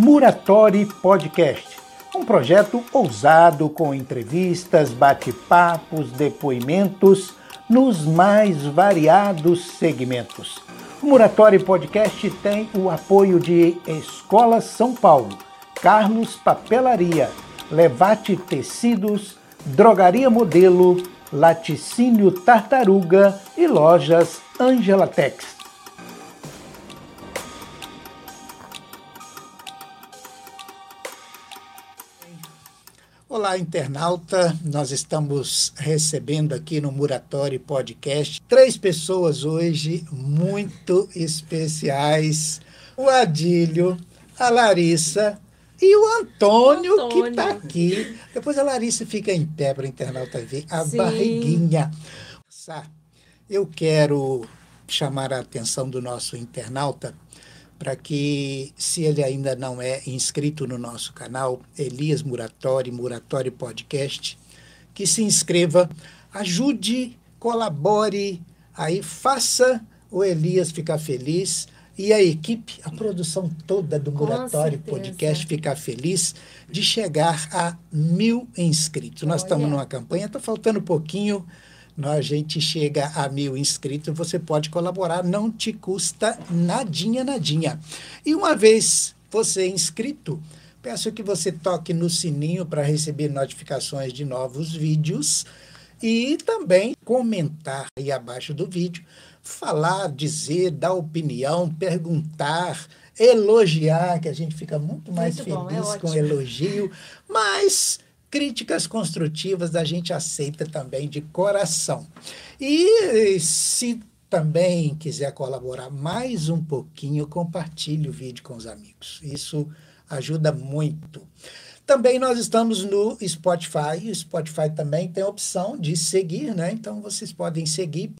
Muratori Podcast, um projeto ousado com entrevistas, bate-papos, depoimentos nos mais variados segmentos. O Muratori Podcast tem o apoio de Escola São Paulo, Carlos Papelaria, Levate Tecidos, Drogaria Modelo, Laticínio Tartaruga e Lojas Angelatex. Olá, internauta. Nós estamos recebendo aqui no Muratori Podcast 3 pessoas hoje muito especiais. O Adílio, a Larissa e o Antônio. Que está aqui. Depois a Larissa fica em pé para o internauta ver a barriguinha. Eu quero chamar a atenção do nosso internauta para que, se ele ainda não é inscrito no nosso canal, Elias Muratori, Muratori Podcast, que se inscreva, ajude, colabore, aí faça o Elias ficar feliz e a equipe, a produção toda do Muratori Podcast ficar feliz de chegar a 1.000 inscritos. Nós estamos numa campanha, está faltando pouquinho, a gente chega a 1.000 inscritos, você pode colaborar, não te custa nadinha. E uma vez você inscrito, peço que você toque no sininho para receber notificações de novos vídeos e também comentar aí abaixo do vídeo, falar, dizer, dar opinião, perguntar, elogiar, que a gente fica muito mais feliz com elogio, mas críticas construtivas a gente aceita também de coração. E se também quiser colaborar mais um pouquinho, compartilhe o vídeo com os amigos. Isso ajuda muito. Também nós estamos no Spotify. O Spotify também tem a opção de seguir, né? Então vocês podem seguir.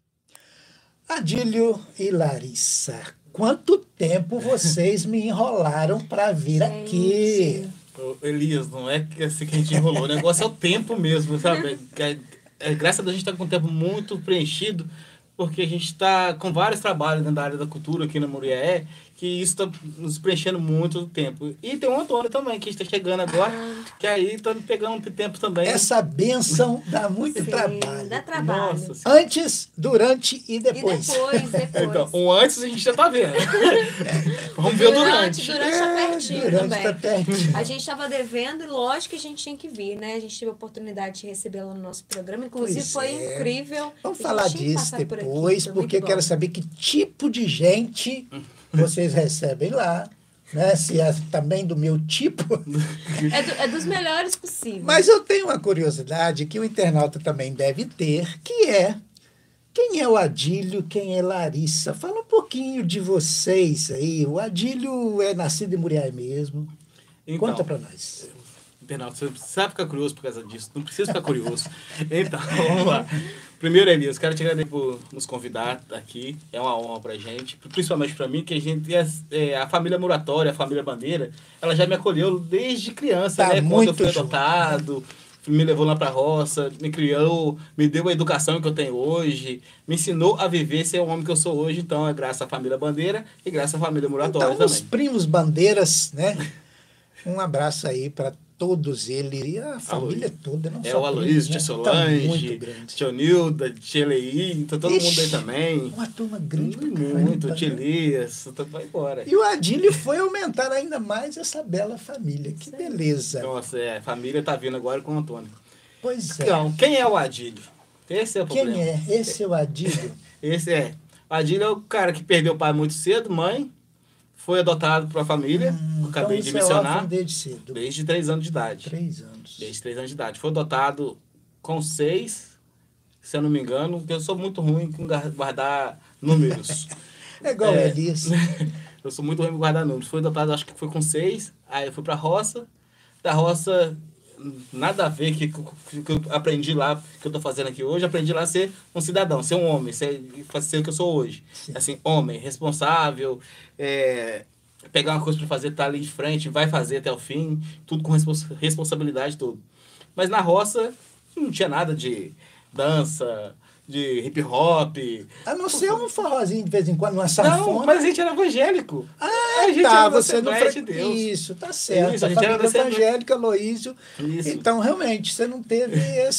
Adílio e Larissa, quanto tempo vocês me enrolaram para vir aqui? Elias, não é que assim que a gente enrolou, o negócio é o tempo mesmo, sabe? Graças a Deus a gente está com o tempo muito preenchido, porque a gente está com vários trabalhos dentro da área da cultura aqui na Muriaé, que isso está nos preenchendo muito o tempo. E tem o Antônio também, que está chegando agora, que aí está pegando um tempo também. Essa bênção dá muito trabalho. Dá trabalho. Nossa, antes, durante e depois. E depois. Então, o antes a gente já está vendo. Vamos ver o durante. Durante tá pertinho também. Tá pertinho. A gente estava devendo e lógico que a gente tinha que vir, né? A gente teve a oportunidade de recebê-la no nosso programa. Inclusive, foi incrível. Vamos falar disso depois, porque eu quero saber que tipo de gente vocês recebem lá, né? Se é também do meu tipo. É dos melhores possíveis. Mas eu tenho uma curiosidade que o internauta também deve ter, que é: quem é o Adílio, quem é Larissa? Fala um pouquinho de vocês aí. O Adílio é nascido em Muriaé mesmo. Então, conta para nós. Internauta, você precisa ficar curioso por causa disso. Não precisa ficar curioso. Então, vamos lá. Primeiro, Elias, quero te agradecer por nos convidar aqui. É uma honra pra gente, principalmente pra mim, que a gente a família Muratori, a família Bandeira, ela já me acolheu desde criança, né? Quando eu fui adotado, me levou lá pra roça, me criou, me deu a educação que eu tenho hoje, me ensinou a viver, ser o homem que eu sou hoje. Então, é graças à família Bandeira e graças à família Muratori então, também. Os primos Bandeiras, né? Um abraço aí para todos eles e a família toda. Não só o Aloysio, tia Solange, tia Nilda, tia Leí, tá todo mundo aí também. Uma turma grande. Muito, tia Elias, vai embora. E o Adílio foi aumentar ainda mais essa bela família. Que beleza. Nossa, a família tá vindo agora com o Antônio. Pois é. Então, quem é o Adílio? Esse é o problema. Quem é? Esse é o Adílio? Esse é. O Adílio é o cara que perdeu o pai muito cedo, mãe, foi adotado por uma família, acabei então de mencionar. Desde cedo. Desde 3 anos de idade. 3 anos. Desde 3 anos de idade. Foi adotado com 6, se eu não me engano, porque eu sou muito ruim com guardar números. É igual Elias. Eu sou muito ruim com guardar números. Foi adotado, acho que foi com 6, aí eu fui pra roça. Da roça, nada a ver que eu aprendi lá, que eu tô fazendo aqui hoje, aprendi lá a ser um cidadão, ser um homem, ser o que eu sou hoje. Sim. Assim, homem, responsável, pegar uma coisa para fazer, tá ali de frente, vai fazer até o fim, tudo com responsabilidade, tudo. Mas na roça não tinha nada de dança, de hip hop. A não ser um forrozinho de vez em quando, uma sanfona. Não, mas a gente era evangélico. Ah, a gente tá, era da você não Assembleia de Deus. Isso, tá certo. Isso, a a gente era família da Assembleia. evangélica, Aloísio. Isso. Então, realmente, você não teve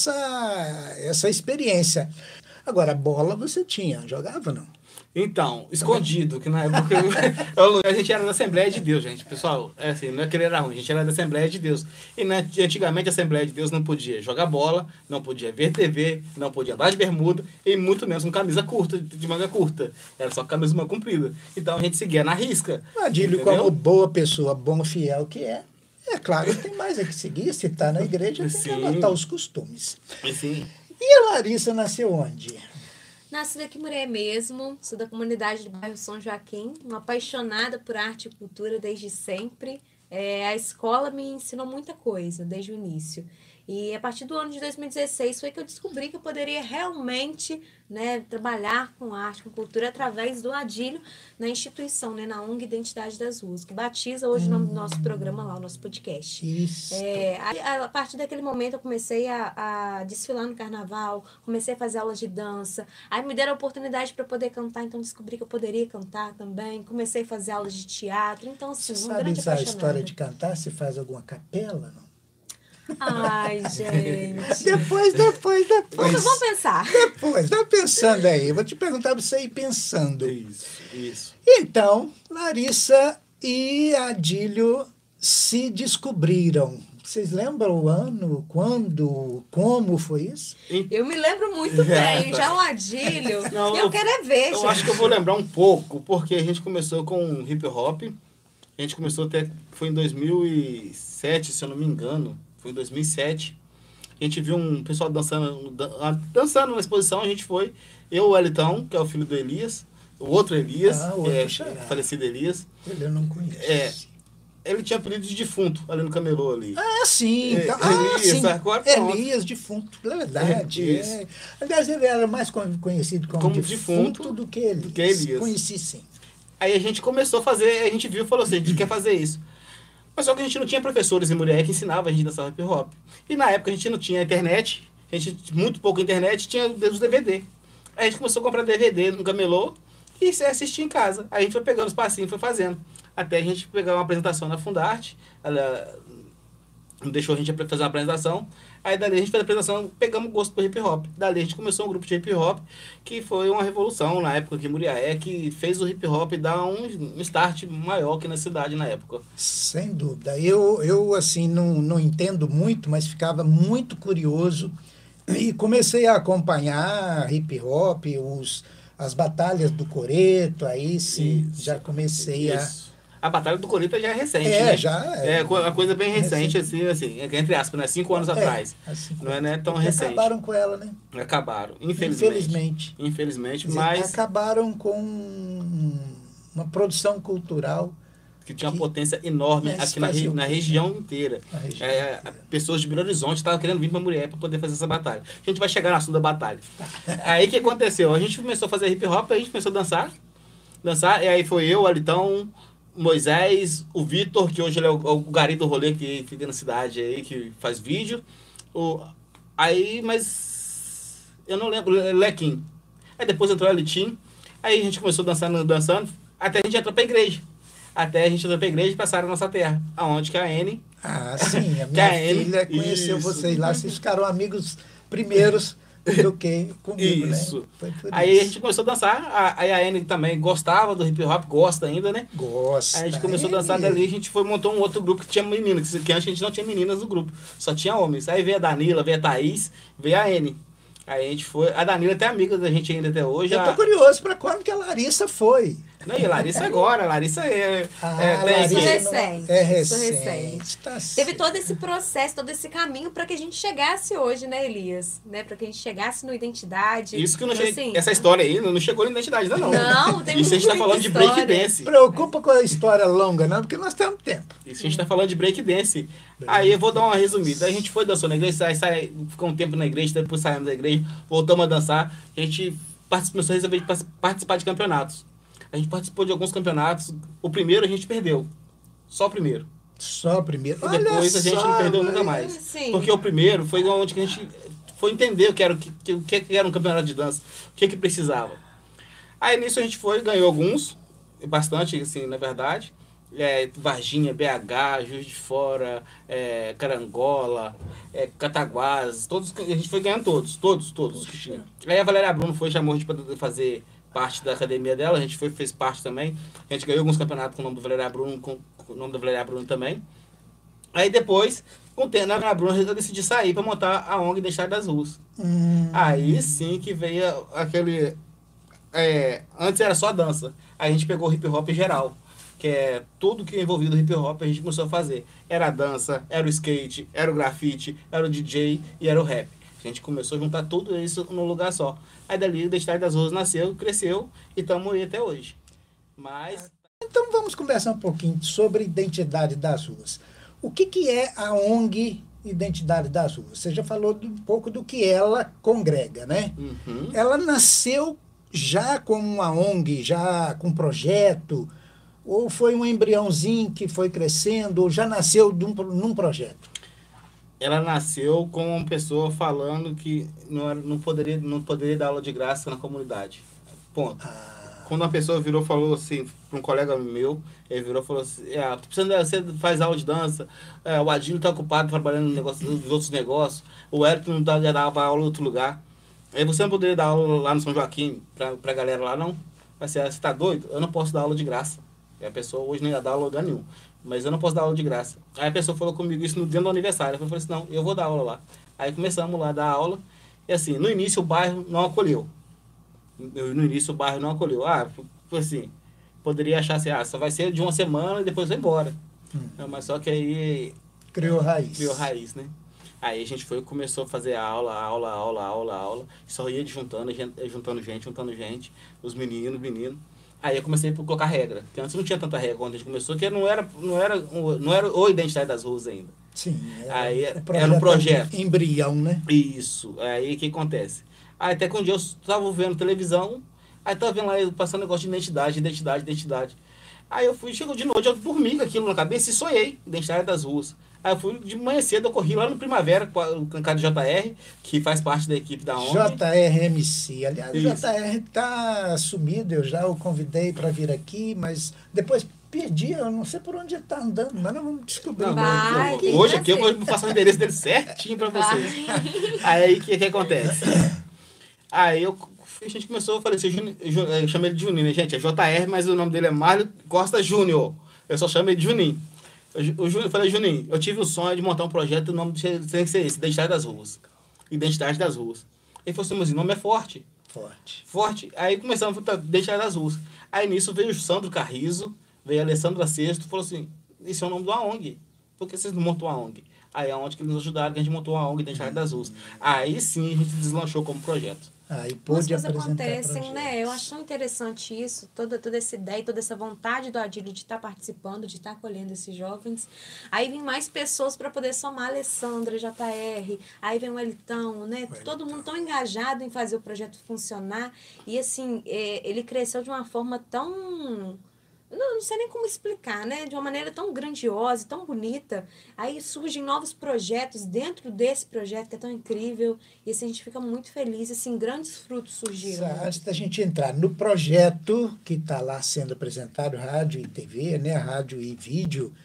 essa experiência. Agora, bola você tinha, jogava ou não? Então, escondido, que na época a gente era da Assembleia de Deus, gente. Pessoal, é assim, não é que ele era ruim, a gente era da Assembleia de Deus. E antigamente a Assembleia de Deus não podia jogar bola, não podia ver TV, não podia andar de bermuda e muito menos com camisa curta, de manga curta. Era só camisa de manga comprida. Então a gente seguia na risca. Adílio, entendeu? como boa pessoa, bom fiel que é claro, tem mais a que seguir. Se está na igreja, tem que Sim. adotar os costumes. Assim, E a Larissa nasceu onde? Nasci aqui em Muré mesmo, sou da comunidade do bairro São Joaquim, uma apaixonada por arte e cultura desde sempre. A escola me ensinou muita coisa desde o início. E a partir do ano de 2016 foi que eu descobri que eu poderia realmente, né, trabalhar com arte, com cultura, através do Adílio na instituição, né, na ONG Identidade das Ruas, que batiza hoje o nome do nosso programa lá, o nosso podcast. Isso. A partir daquele momento eu comecei a desfilar no carnaval, comecei a fazer aulas de dança, aí me deram a oportunidade para poder cantar, então descobri que eu poderia cantar também, comecei a fazer aulas de teatro, então assim, Você um sabe grande essa apaixonada. história de cantar? Você faz alguma capela, não? Ai, gente. Depois. Vamos pensar. Depois, vai pensando aí. Eu vou te perguntar para você ir pensando. isso. Então, Larissa e Adílio se descobriram. Vocês lembram o ano, quando, como foi isso? Eu me lembro muito bem, já o Adílio. Não, eu quero é ver, Eu gente. acho que eu vou lembrar um pouco, porque a gente começou com hip hop. A gente começou até, foi em 2007, se eu não me engano. Foi em 2007. A gente viu um pessoal dançando na exposição. A gente foi, eu, o Elitão, que é o filho do Elias, o outro Elias, falecido Elias. Eu não conheço. Ele tinha apelido de defunto ali no camelô ali. Ah, sim. Então, Elias, sim. agora Elias defunto, verdade. Isso. Aliás, ele era mais conhecido como defunto do que Elias. Conheci, sim. Aí a gente começou a fazer, a gente viu e falou assim, a gente quer fazer isso. Mas só que a gente não tinha professores em Murié que ensinavam a gente a dançar hip hop. E na época a gente não tinha internet, a gente muito pouco internet, tinha os DVD. Aí a gente começou a comprar DVD no camelô e assistir em casa. Aí a gente foi pegando os passinhos e foi fazendo. Até a gente pegar uma apresentação na Fundarte, ela não deixou a gente fazer uma apresentação. Aí dali a gente fez a apresentação, pegamos gosto por hip hop. Dali a gente começou um grupo de hip hop, que foi uma revolução na época aqui em Muriaé, que fez o hip hop dar um start maior aqui na cidade na época. Sem dúvida. Eu assim, não entendo muito, mas ficava muito curioso e comecei a acompanhar hip hop, as batalhas do Coreto, aí sim, já comecei A Batalha do Coreto já é recente, né? né? Já é uma coisa bem recente, assim, entre aspas, né? 5 anos atrás. Não é tão recente. Acabaram com ela, né? Acabaram, infelizmente. Infelizmente, mas... Acabaram com uma produção cultural que tinha uma potência enorme aqui na região inteira. Pessoas de Belo Horizonte estavam querendo vir para Murié para poder fazer essa batalha. A gente vai chegar no assunto da batalha. Aí o que aconteceu? A gente começou a fazer hip hop, a gente começou a dançar, e aí foi eu, o Alitão, Moisés, o Vitor, que hoje ele é o gari do rolê, que fica na cidade aí, que faz vídeo. Mas eu não lembro, Lequim. Aí depois entrou o Elitim, aí a gente começou dançando, até a gente entrou pra igreja. Até a gente entrou pra igreja e passaram a nossa terra, aonde que a Anne... Ah, sim, a minha filha conheceu vocês lá, vocês ficaram amigos primeiros do que comigo, isso. Né? Foi por aí isso. a gente começou a dançar, aí a Anne também gostava do hip hop, gosta ainda, né? Gosta. Aí a gente começou a dançar dali, a gente montou um outro grupo que tinha meninas, que antes a gente não tinha meninas no grupo, só tinha homens. Aí veio a Danila, veio a Thaís, veio a Anne. Aí a gente foi, a Danila é até amiga da gente ainda até hoje. Eu tô curioso para quando que a Larissa foi. Não, e a Larissa agora, a Larissa Larissa recente. É recente. Tá Teve todo esse processo, todo esse caminho para que a gente chegasse hoje, né, Elias? Né? Para que a gente chegasse no Identidade. Isso que não assim, essa história aí não chegou na Identidade ainda não. Não, tem isso a gente tá falando de breakdance. Preocupa com a história longa, não, porque nós temos tempo. Isso a gente tá falando de breakdance. Aí eu vou dar uma resumida. Aí a gente foi dançando na igreja, ficou um tempo na igreja, depois saímos da igreja, voltamos a dançar. A gente começou a resolver participar de campeonatos. A gente participou de alguns campeonatos. O primeiro a gente perdeu. Só o primeiro. Só o primeiro. E depois a gente não perdeu nunca mais. Sim. Porque o primeiro foi onde que a gente foi entender o que era um campeonato de dança, o que precisava. Aí nisso a gente foi, ganhou alguns, bastante, assim, na verdade. Varginha, BH, Juiz de Fora, Carangola, Cataguás, todos, a gente foi ganhando todos que tinha. Aí a Valéria Bruno chamou a gente para fazer parte da academia dela, a gente fez parte também. A gente ganhou alguns campeonatos com o nome do Valéria Bruno, com o nome da Valéria Bruno também. Aí depois, com o tempo, na Valéria Bruno, eu decidi sair para montar a ONG Identidade das Ruas. Aí sim que veio aquele... antes era só dança. Aí a gente pegou o hip hop em geral, que é tudo que é envolvido no hip hop a gente começou a fazer. Era a dança, era o skate, era o grafite, era o DJ e era o rap. A gente começou a juntar tudo isso num lugar só. Aí dali a Identidade das Ruas nasceu, cresceu e estamos aí até hoje. Mas... Então vamos conversar um pouquinho sobre Identidade das Ruas. O que é a ONG Identidade das Ruas? Você já falou um pouco do que ela congrega, né? Uhum. Ela nasceu já como uma ONG, já com projeto, ou foi um embriãozinho que foi crescendo, ou já nasceu num projeto? Ela nasceu com uma pessoa falando que não poderia dar aula de graça na comunidade. Ponto. Quando uma pessoa virou e falou assim, para um colega meu, ele virou e falou assim, você faz aula de dança, o Adílio está ocupado trabalhando nos outros negócios, o Hélio não dava aula em outro lugar. Aí você não poderia dar aula lá no São Joaquim para a galera lá, não? Você está doido? Eu não posso dar aula de graça. E a pessoa hoje nem ia dar aula em lugar nenhum. Mas eu não posso dar aula de graça. Aí a pessoa falou comigo isso no dia do aniversário. Eu falei assim, não, eu vou dar aula lá. Aí começamos lá a dar aula. E assim, no início o bairro não acolheu. Foi assim, poderia achar assim, só vai ser de uma semana e depois vai embora. Mas só que aí... Criou raiz, né? Aí a gente começou a fazer aula. Só ia juntando gente, os meninos. Aí eu comecei a colocar regra, porque antes não tinha tanta regra quando a gente começou, que não era o Identidade das Ruas ainda. Sim, era um projeto. Embrião, né? Isso. Aí o que acontece? Aí até que um dia eu estava vendo televisão, aí estava vendo lá, passando negócio de identidade. Aí eu chegou de noite, eu dormi com aquilo na cabeça e sonhei, Identidade das Ruas. Aí eu fui de manhã cedo, eu corri lá no Primavera, com o cara do JR, que faz parte da equipe da ONG. JRMC. Aliás, Isso. o JR está sumido, eu já o convidei para vir aqui, mas depois perdi, eu não sei por onde ele está andando, mas nós vamos descobrir. Hoje aqui eu vou passar o endereço dele certinho para vocês. Aí o que acontece? Aí a gente começou, eu falei assim, eu chamei ele de Juninho, né, gente? É JR, mas o nome dele é Mário Costa Júnior. Eu só chamo ele de Juninho. Eu falei, Juninho, eu tive o sonho de montar um projeto, o nome tem que ser esse, Identidade das Ruas. Identidade das Ruas. Ele falou assim, mas o nome é forte. Forte. Aí começamos a Identidade das Ruas. Aí nisso veio o Sandro Carrizo, veio a Alessandra Sexto, falou assim, esse é o nome de uma ONG. Por que vocês não montam uma ONG? Aí é onde que eles nos ajudaram, que a gente montou uma ONG Identidade das Ruas. Aí sim a gente deslanchou como projeto. Aí pôde As coisas apresentar acontecem, projetos. né? Eu acho tão interessante isso, toda essa ideia, toda essa vontade do Adílio de estar participando, de estar acolhendo esses jovens. Aí vem mais pessoas para poder somar, Alessandra, JR, aí vem o Elitão, né? Todo mundo tão engajado em fazer o projeto funcionar. E assim, ele cresceu de uma forma tão... Não sei nem como explicar, né? De uma maneira tão grandiosa, tão bonita. Aí surgem novos projetos dentro desse projeto que é tão incrível. E assim, a gente fica muito feliz. Assim, grandes frutos surgiram. Antes da gente entrar no projeto que está lá sendo apresentado, rádio e TV, né? Rádio e vídeo,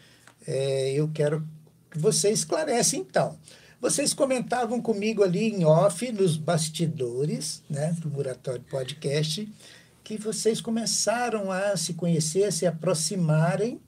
eu quero que você esclareça, então. Vocês comentavam comigo ali em off, nos bastidores, né, do Muratório Podcast, que vocês começaram a se conhecer, a se aproximarem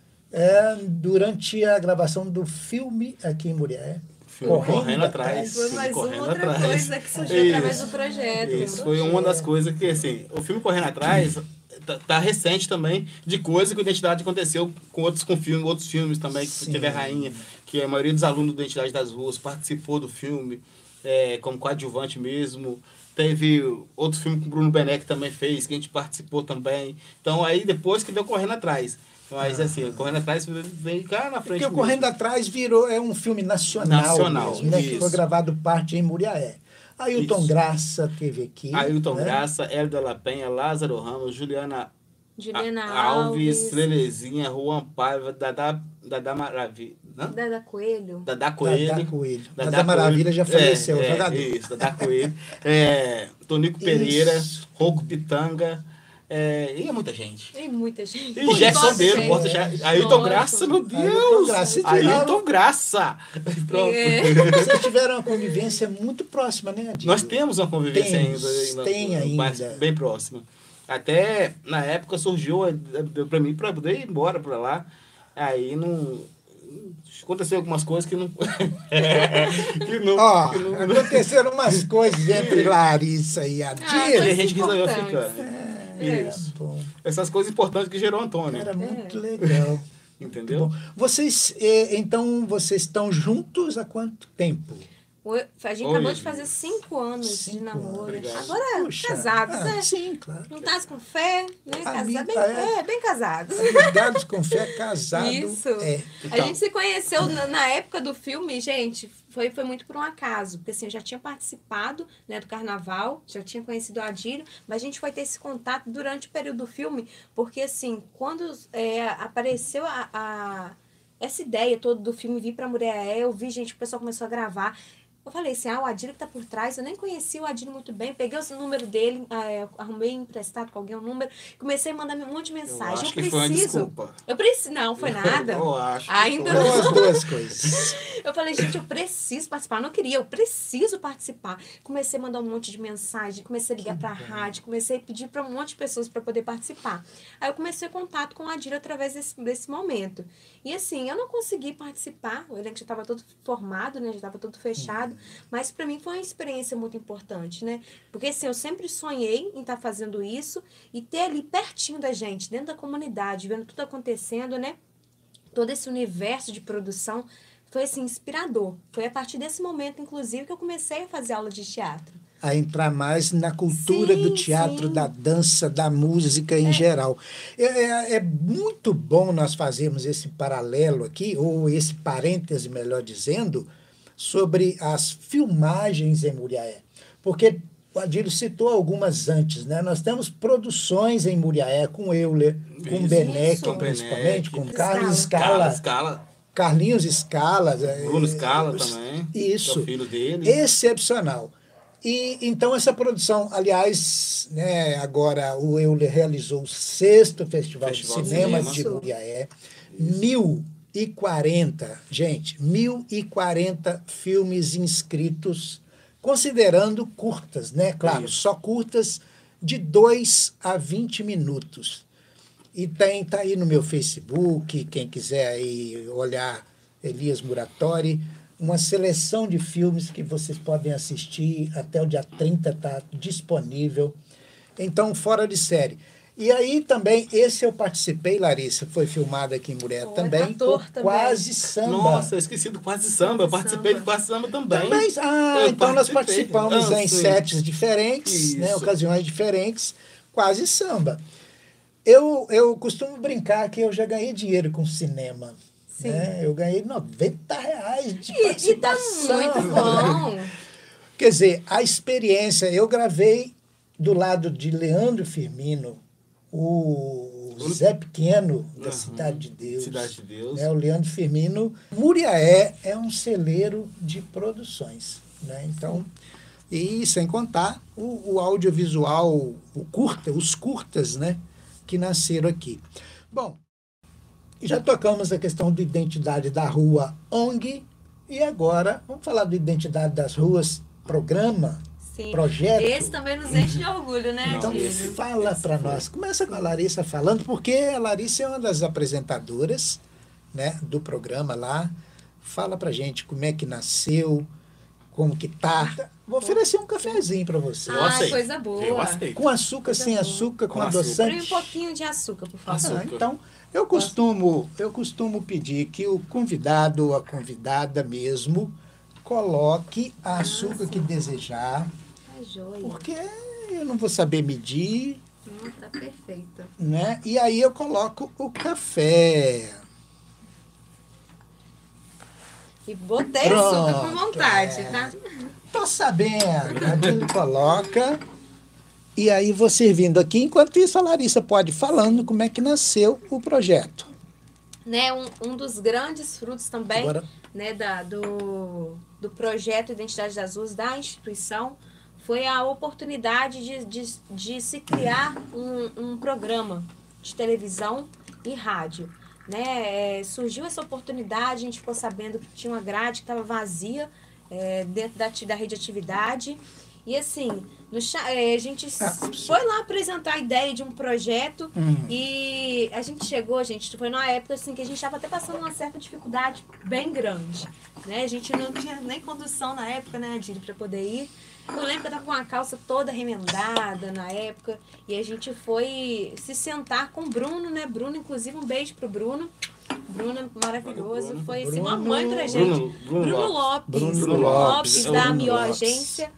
durante a gravação do filme aqui em Murié. Correndo atrás. Foi mais uma outra coisa que surgiu através do projeto. Isso foi uma das coisas que, assim, o filme Correndo Atrás tá recente também, de coisa que a Identidade aconteceu com outros filmes também, que teve a Rainha, que a maioria dos alunos da Identidade das Ruas participou do filme, como coadjuvante mesmo. Teve outro filme que o Bruno Beneck também fez, que a gente participou também. Então, aí depois que veio Correndo Atrás. Mas, assim, Correndo Atrás veio cá na frente. Porque o Correndo Atrás é um filme nacional mesmo, né? Que foi gravado parte em Muriaé. Ailton Graça teve aqui. Ailton Graça, Hélio de la Penha, Lázaro Ramos, Juliana Juliana Alves, Lelezinha, Juan Paiva, Dadá Maravilha. Dada Coelho. Dadá Coelho. Dadá Maravilha já faleceu, jogador. Isso, Dadá Coelho. Tonico Pereira, Rocco Pitanga. E é muita gente. E muita gente. E Gerson Deiro, Ailton Graça, meu Deus! Ailton Graça! Pronto. Vocês tiveram uma convivência muito próxima, né, Adílio? Nós temos uma convivência ainda. Tem ainda. Bem próxima. Até, na época, surgiu para mim para poder ir embora para lá. Aí não... Aconteceu algumas coisas que não... Aconteceram umas coisas entre Larissa e Adílio. E a gente resolveu ficar. Isso. Bom. Essas coisas importantes que gerou Antônio. Era muito legal. Entendeu? Bom, vocês estão juntos há quanto tempo? A gente acabou de fazer 5 anos de namoro. Obrigado. Agora, casados, né? Sim, claro. Juntados com fé, né? Bem casados. Ligados com fé, casados. Isso. Então. A gente se conheceu na época do filme, gente, foi muito por um acaso. Porque assim, eu já tinha participado, né, do carnaval, já tinha conhecido o Adílio, mas a gente foi ter esse contato durante o período do filme, porque assim, quando apareceu essa ideia toda do filme vir para Muriaé, eu vi, gente, o pessoal começou a gravar. Eu falei assim, o Adílio que tá por trás, eu nem conhecia o Adílio muito bem, peguei o número dele, arrumei emprestado com alguém o número, comecei a mandar um monte de mensagem. Eu foi uma desculpa. Não, foi nada. Eu acho. Ainda Não, não. as duas coisas. Eu falei, gente, eu preciso participar. Eu não queria, eu preciso participar. Comecei a mandar um monte de mensagem, comecei a ligar pra rádio, comecei a pedir para um monte de pessoas para poder participar. Aí eu comecei o contato com o Adílio através desse momento. E assim, eu não consegui participar, o elenco já estava todo formado, né? Já estava todo fechado. Mas para mim foi uma experiência muito importante, né? Porque assim, eu sempre sonhei em estar fazendo isso e ter ali pertinho da gente, dentro da comunidade, vendo tudo acontecendo, né? Todo esse universo de produção foi assim, inspirador. Foi a partir desse momento, inclusive, que eu comecei a fazer aula de teatro. A entrar mais na cultura do teatro, da dança, da música em geral. É muito bom nós fazermos esse paralelo aqui, ou esse parêntese, melhor dizendo, sobre as filmagens em Muriaé. Porque o Adílio citou algumas antes, né? Nós temos produções em Muriaé com Euler, com Beneck, principalmente, com Carlos Scala. Carlinhos Scala. Bruno Scala também. Isso. Que é o filho dele. Excepcional. E então essa produção, aliás, né, agora o Euler realizou o 6º Festival de Cinema de Muriaé, 1.040 filmes inscritos, considerando curtas, né? Claro, só curtas de 2 a 20 minutos. E tá aí no meu Facebook, quem quiser aí olhar Elias Muratori, uma seleção de filmes que vocês podem assistir, até o dia 30 está disponível. Então, fora de série. E aí também, esse eu participei, Larissa, foi filmado aqui em Muriaé também, Quase Samba. Nossa, eu esqueci do Quase Samba, eu participei do Quase Samba também. Então nós participamos em sets diferentes, né, ocasiões diferentes, Quase Samba. Eu costumo brincar que eu já ganhei dinheiro com cinema. Né? Eu ganhei R$90 de participação. E tá muito bom. Quer dizer, a experiência, eu gravei do lado de Leandro Firmino, o Zé Pequeno, da Cidade de Deus. Cidade de Deus. Né? O Leandro Firmino. Muriaé é um celeiro de produções. Né? Então, e sem contar o audiovisual, os curtas, né? Que nasceram aqui. Bom, já tocamos a questão da identidade da rua ONG e agora vamos falar da identidade das ruas, programa, projeto. Esse também nos enche de orgulho, né? Então fala para nós. Começa com a Larissa falando, porque a Larissa é uma das apresentadoras, né, do programa lá. Fala para gente como é que nasceu, como que tá. Vou oferecer um cafezinho para você. Coisa boa. Eu aceito. Com açúcar, sem açúcar, com adoçante. Um pouquinho de açúcar, por favor. Então, eu costumo pedir que o convidado ou a convidada mesmo coloque a açúcar que desejar. Joia. Porque eu não vou saber medir. Tá perfeito. Né? E aí eu coloco o café. E botei açúcar com vontade, tá? Tô sabendo. A gente coloca. E aí vou servindo aqui. Enquanto isso, a Larissa pode ir falando como é que nasceu o projeto. Né, um dos grandes frutos também, Agora, né, do projeto Identidade das Ruas da instituição foi a oportunidade de se criar um programa de televisão e rádio. Né? Surgiu essa oportunidade, a gente ficou sabendo que tinha uma grade que estava vazia dentro da rede de atividade. E assim, a gente foi lá apresentar a ideia de um projeto e a gente chegou, gente, foi numa época assim que a gente estava até passando uma certa dificuldade bem grande. Né? A gente não tinha nem condução na época, né, Adílio, para poder ir. Eu lembro que eu tava com a calça toda remendada na época e a gente foi se sentar com o Bruno, né? Bruno, inclusive, um beijo pro Bruno. Bruno é maravilhoso, foi assim, uma mãe pra gente. Bruno Lopes, da Mio Agência.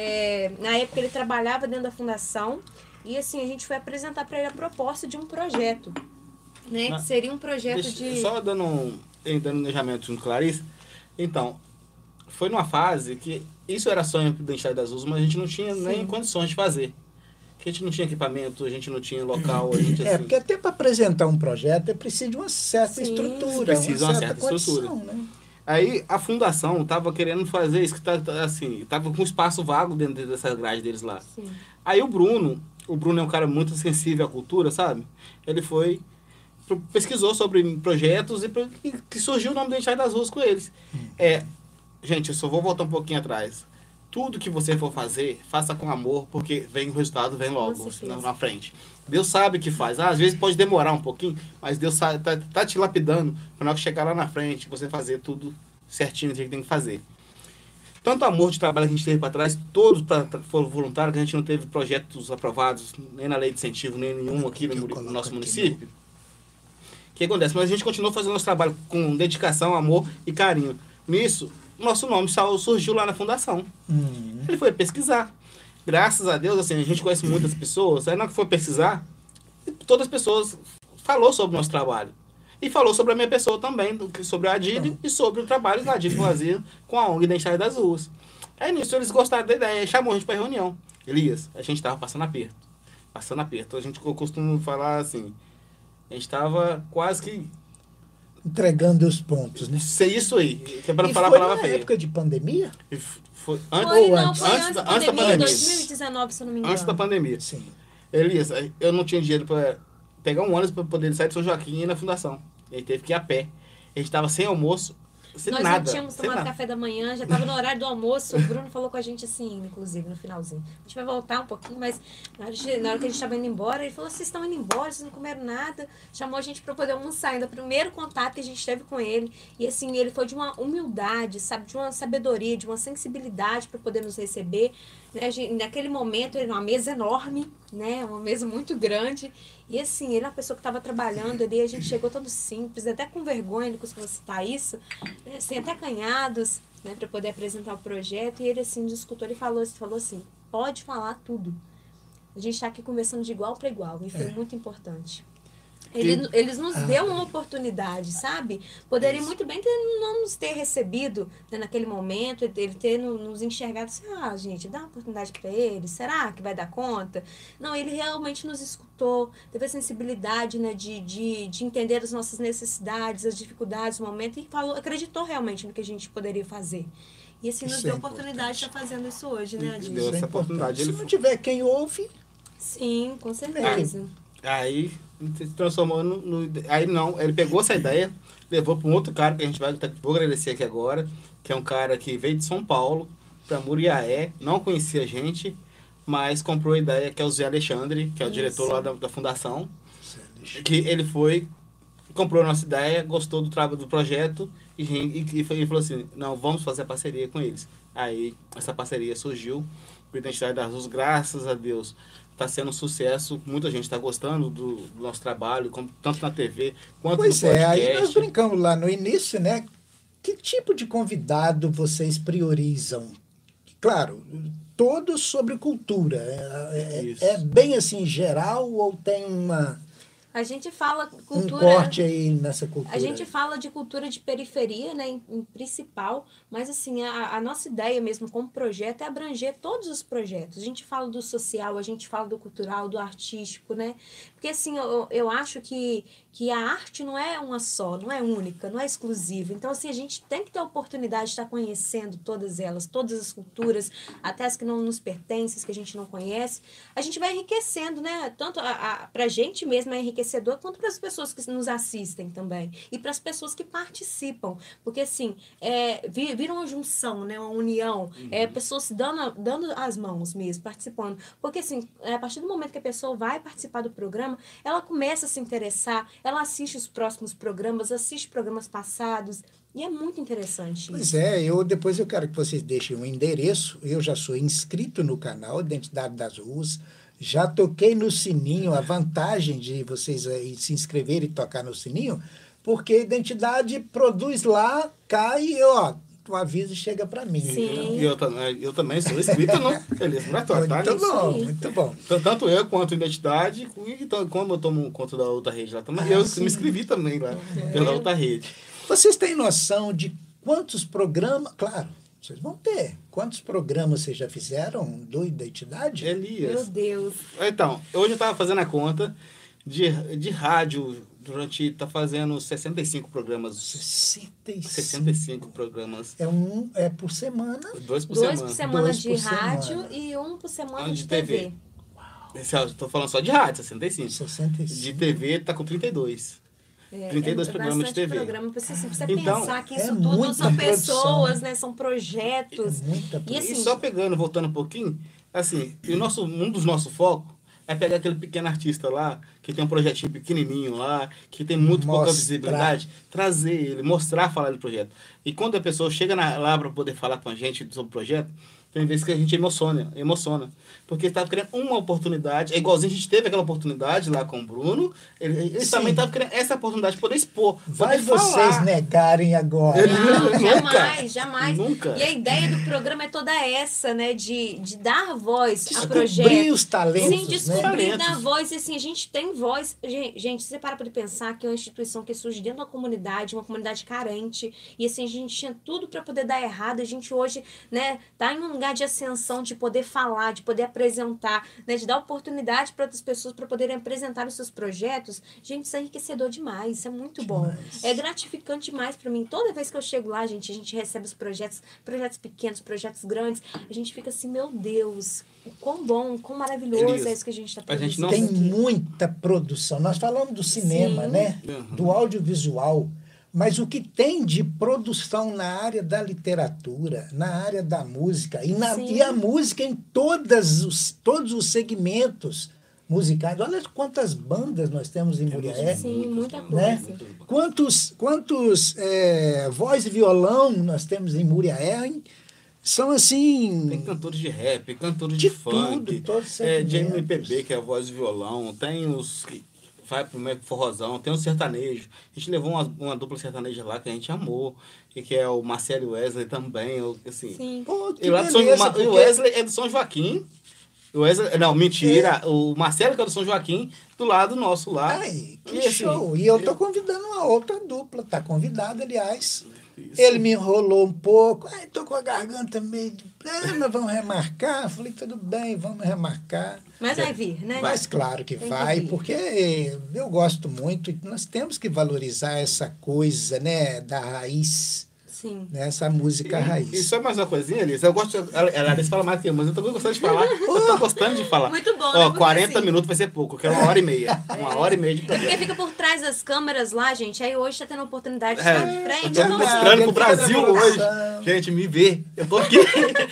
Na época ele trabalhava dentro da fundação e assim, a gente foi apresentar para ele a proposta de um projeto. Né? Que seria um projeto de... Só dando um engajamento junto com a Larissa. Então, foi numa fase que isso era sonho para Identidade das Ruas, mas a gente não tinha nem condições de fazer. Porque a gente não tinha equipamento, a gente não tinha local. A gente, assim... porque até para apresentar um projeto é preciso de uma certa estrutura, precisa uma certa condição, estrutura. né? Aí a fundação estava querendo fazer isso, que assim, estava com um espaço vago dentro dessa grade deles lá. Sim. Aí o Bruno é um cara muito sensível à cultura, sabe? Ele foi, pesquisou sobre projetos e que surgiu o nome da Identidade das Ruas com eles. Gente, eu só vou voltar um pouquinho atrás. Tudo que você for fazer, faça com amor, porque vem o resultado, vem logo na frente. Deus sabe o que faz. Às vezes pode demorar um pouquinho, mas Deus sabe, tá te lapidando para na hora que chegar lá na frente, você fazer tudo certinho, do jeito que tem que fazer. Tanto amor de trabalho que a gente teve para trás, todos foram voluntários, que a gente não teve projetos aprovados, nem na lei de incentivo, nem nenhum aqui no nosso município. O que acontece? Mas a gente continuou fazendo nosso trabalho com dedicação, amor e carinho. Nisso, nosso nome surgiu lá na fundação. Ele foi pesquisar. Graças a Deus, assim, a gente conhece muitas pessoas. Aí na hora que foi pesquisar, todas as pessoas falou sobre o nosso trabalho. E falou sobre a minha pessoa também, sobre a Adílio e sobre o trabalho que a Adílio fazia com a ONG Identidade das Ruas. Aí nisso eles gostaram da ideia e chamou a gente para reunião. Elias, a gente estava passando aperto. Passando aperto. A gente costuma falar assim, a gente estava quase que entregando os pontos, né? Isso aí. Que é para e falar foi a palavra na feia. Época de pandemia? Foi antes da pandemia, 2019, se eu não me engano. Antes da pandemia. Sim. Elias, eu não tinha dinheiro para pegar um ônibus para poder sair de São Joaquim e ir na fundação. Ele teve que ir a pé. A gente estava sem almoço, sem Nós nada. Nós não tínhamos tomado café da manhã, já estava no horário do almoço. O Bruno falou com a gente assim, inclusive, no finalzinho. A gente vai voltar um pouquinho, mas na hora que a gente estava indo embora, ele falou, vocês estão indo embora, vocês não comeram nada. Chamou a gente para poder almoçar, ainda o primeiro contato que a gente teve com ele. E assim, ele foi de uma humildade, sabe, de uma sabedoria, de uma sensibilidade para poder nos receber. Né? Naquele momento, ele uma mesa enorme, né? Uma mesa muito grande. E assim, ele é uma pessoa que estava trabalhando ali, a gente chegou todo simples, até com vergonha, ele costuma citar isso, né? Assim, até acanhados, né, para poder apresentar o projeto. E ele assim, nos escutou e falou assim, pode falar tudo. A gente está aqui conversando de igual para igual, e foi muito importante. Eles nos deu uma oportunidade, sabe? Poderia muito bem não nos ter recebido, né, naquele momento, ele ter nos enxergado assim, gente, dá uma oportunidade para ele, será que vai dar conta? Não, ele realmente nos escutou, teve a sensibilidade, né, de entender as nossas necessidades, as dificuldades, o momento, e acreditou realmente no que a gente poderia fazer. E assim, nos deu a oportunidade de estar fazendo isso hoje, né, Adílio? Deu essa oportunidade. Se não tiver quem ouve... Sim, com certeza. Aí se transformou Aí não, ele pegou essa ideia, levou para um outro cara que a gente vou agradecer aqui agora, que é um cara que veio de São Paulo para Muriaé, não conhecia a gente, mas comprou a ideia, que é o Zé Alexandre, que é o diretor lá da fundação, que ele foi, comprou a nossa ideia, gostou do trabalho do projeto e falou assim, não, vamos fazer a parceria com eles. Aí essa parceria surgiu, a Identidade das Ruas, graças a Deus, está sendo um sucesso, muita gente está gostando do nosso trabalho, tanto na TV quanto no podcast. Aí nós brincamos lá no início, né? Que tipo de convidado vocês priorizam? Claro, todos sobre cultura. É bem assim, geral, ou tem A gente fala Um cultura. corte aí nessa cultura. A gente fala de cultura de periferia, né, em principal, mas assim, a nossa ideia mesmo como projeto é abranger todos os projetos. A gente fala do social, a gente fala do cultural, do artístico, né? Porque assim, eu acho que a arte não é uma só, não é única, não é exclusiva. Então, assim, a gente tem que ter a oportunidade de estar conhecendo todas elas, todas as culturas, até as que não nos pertencem, as que a gente não conhece. A gente vai enriquecendo, né? Tanto para a gente mesmo é enriquecedor, quanto para as pessoas que nos assistem também. E para as pessoas que participam. Porque, assim, vira uma junção, né? Uma união. Pessoas se dando as mãos mesmo, participando. Porque, assim, a partir do momento que a pessoa vai participar do programa, ela começa a se interessar, ela assiste os próximos programas, assiste programas passados. E é muito interessante Pois isso. depois eu quero que vocês deixem um endereço. Eu já sou inscrito no canal Identidade das Ruas. Já toquei no sininho, a vantagem de vocês aí se inscreverem e tocar no sininho, porque a identidade produz lá, cai e, ó, o aviso chega para mim. Sim. E eu também sou inscrito no Feliz Laboratório, tá? Muito bom, aí. muito bom. Tanto eu quanto Identidade, e como eu tomo conta da outra rede lá também, eu sim. me inscrevi também lá pela outra rede. Vocês têm noção de quantos programas... Claro, vocês vão ter. Quantos programas vocês já fizeram do Identidade? Meu Elias. Deus. Então, hoje eu estava fazendo a conta de rádio durante... Tá fazendo 65 programas. 65 programas. É por semana. 2 por 2 por semana. semana 2 de por rádio semana. e 1 por semana De de TV. TV. Estou falando só de rádio, 65. 65. De TV tá com 32. 32 programas de TV. Programa. Pra você Então, pensar que é isso tudo muita são produção. pessoas, né? São projetos. Muita E E assim, só pegando, voltando um pouquinho, assim, um dos nossos focos é pegar aquele pequeno artista lá, que tem um projetinho pequenininho lá, que tem muito pouca Mostrar. visibilidade, trazer ele, mostrar, falar do projeto. E quando a pessoa chega lá para poder falar com a gente sobre o projeto, tem vezes que a gente emociona. Porque estava querendo uma oportunidade, é igualzinho a gente teve aquela oportunidade lá com o Bruno, ele Sim. também estava querendo essa oportunidade de poder expor, Vai poder vocês falar. negarem agora. não, Nunca. jamais. Nunca. E a ideia do programa é toda essa, né? De dar voz a Descobrir projetos. os talentos, Sim, descobrir, né? dar voz. E assim, a gente tem voz. Gente, você para pensar que é uma instituição que surge dentro da comunidade, uma comunidade carente. E assim, a gente tinha tudo para poder dar errado. A gente hoje, né, tá em um lugar de ascensão, de poder falar, de poder apresentar, né, de dar oportunidade para outras pessoas para poderem apresentar os seus projetos. Gente, isso é enriquecedor demais. Isso é muito bom. É gratificante demais para mim. Toda vez que eu chego lá, gente, a gente recebe os projetos pequenos, projetos grandes. A gente fica assim, meu Deus, o quão bom, o quão maravilhoso é isso que a gente está A gente produzindo. não Tem aqui. muita produção. Nós falamos do cinema, Sim. né? Uhum. Do audiovisual. Mas o que tem de produção na área da literatura, na área da música, Sim. e a música em todos os segmentos musicais. Olha quantas bandas nós temos em Muriaé. Sim, muita coisa. Né? Quantos voz e violão nós temos em Muriaé, hein? São assim... Tem cantores de rap, cantores De de funk, tudo, todos os de segmentos. MPB, que é a voz e violão, tem os que vai pro meio forrozão, tem o sertanejo. A gente levou uma dupla sertaneja lá que a gente amou, e que é o Marcelo e Wesley também, assim. Sim. Pô, que E lá do beleza, São, porque- o Wesley é do São Joaquim. O Wesley, não, mentira. O Marcelo, que é do São Joaquim, do lado nosso lá. Ai, que E assim, show. E eu tô convidando uma outra dupla. Tá convidado, aliás. Isso. Ele me enrolou um pouco. Ai, tô com a garganta meio... Nós vamos remarcar? Eu falei, tudo bem, vamos remarcar. Mas vai vir, né? Mas claro que Tem que vai, vir. porque eu gosto muito e nós temos que valorizar essa coisa, né, da raiz, Sim. né, essa música raiz. E só mais uma coisinha, Alice. Eu gosto. A Alice fala mais que eu, mas eu também gostando de falar. Eu tô gostando de falar. Muito bom, Ó, né? 40 Porque, assim, minutos vai ser pouco, eu quero 1h30. 1h30 de Porque programa. fica por trás das câmeras lá, gente. Aí hoje tá tendo a oportunidade de É, estar de eu frente. tô Então, mostrando pro Brasil Fica na hoje. produção. Gente, me vê. Eu tô aqui.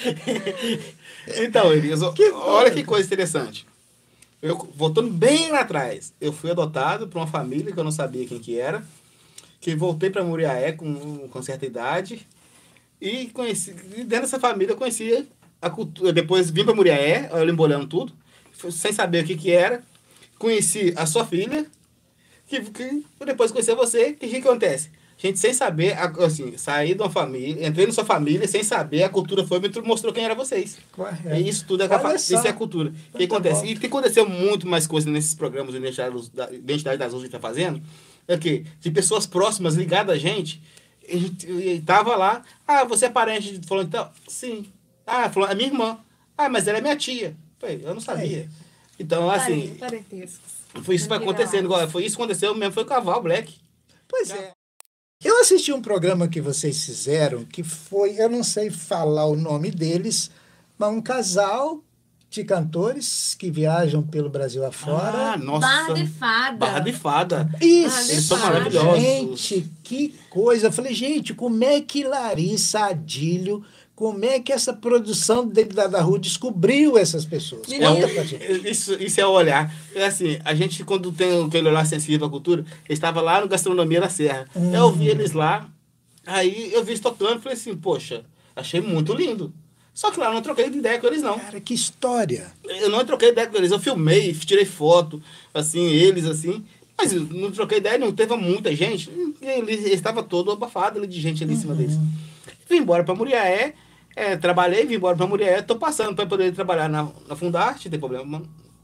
Então, Elias, olha que coisa interessante. Eu, voltando bem lá atrás, eu fui adotado por uma família que eu não sabia quem que era, que voltei para Muriaé com certa idade, e conheci, e dentro dessa família eu conhecia a cultura. Depois vim para Muriaé, eu embolando tudo, sem saber o que que era. Conheci a sua filha, que depois conheci você, que o que acontece? gente sem saber, assim, saí de uma família, entrei na sua família sem saber, a cultura foi me mostrou quem era vocês. Correto. E isso tudo é capaz, isso é cultura. O que acontece? E aconteceu muito mais coisa nesses programas de Identidade das Luzes que a gente está fazendo, é que de pessoas próximas ligadas a gente tava lá, você é parente de fulano, então, sim. Falou, é minha irmã. Mas ela é minha tia. Eu não sabia. Então, assim, foi isso que vai acontecendo. Foi isso que aconteceu mesmo, foi o Cavalo Black. Pois é. Eu assisti um programa que vocês fizeram, que foi, eu não sei falar o nome deles, mas um casal de cantores que viajam pelo Brasil afora. Nossa. Barra de Fada. Barra de Fada. Isso. Eles são maravilhosos. Gente, que coisa. Eu falei, gente, como é que Larissa Adílio, como é que essa produção da Rua descobriu essas pessoas? Conta pra gente. Isso é o olhar. É assim, a gente, quando tem aquele olhar sensível à cultura, estava lá no Gastronomia da Serra. Eu vi eles lá, aí eu vi eles tocando e falei assim, poxa, achei muito lindo. Só que lá eu não troquei de ideia com eles, não. Cara, que história. Eu não troquei ideia com eles. Eu filmei, tirei foto, assim, eles, assim. Mas eu não troquei ideia, não teve muita gente. Ele estava todo abafado ali de gente ali em cima deles. Vim embora para Muriaé, trabalhei, vim embora para Muriaé. Estou passando para poder trabalhar na Fundarte, não tem problema.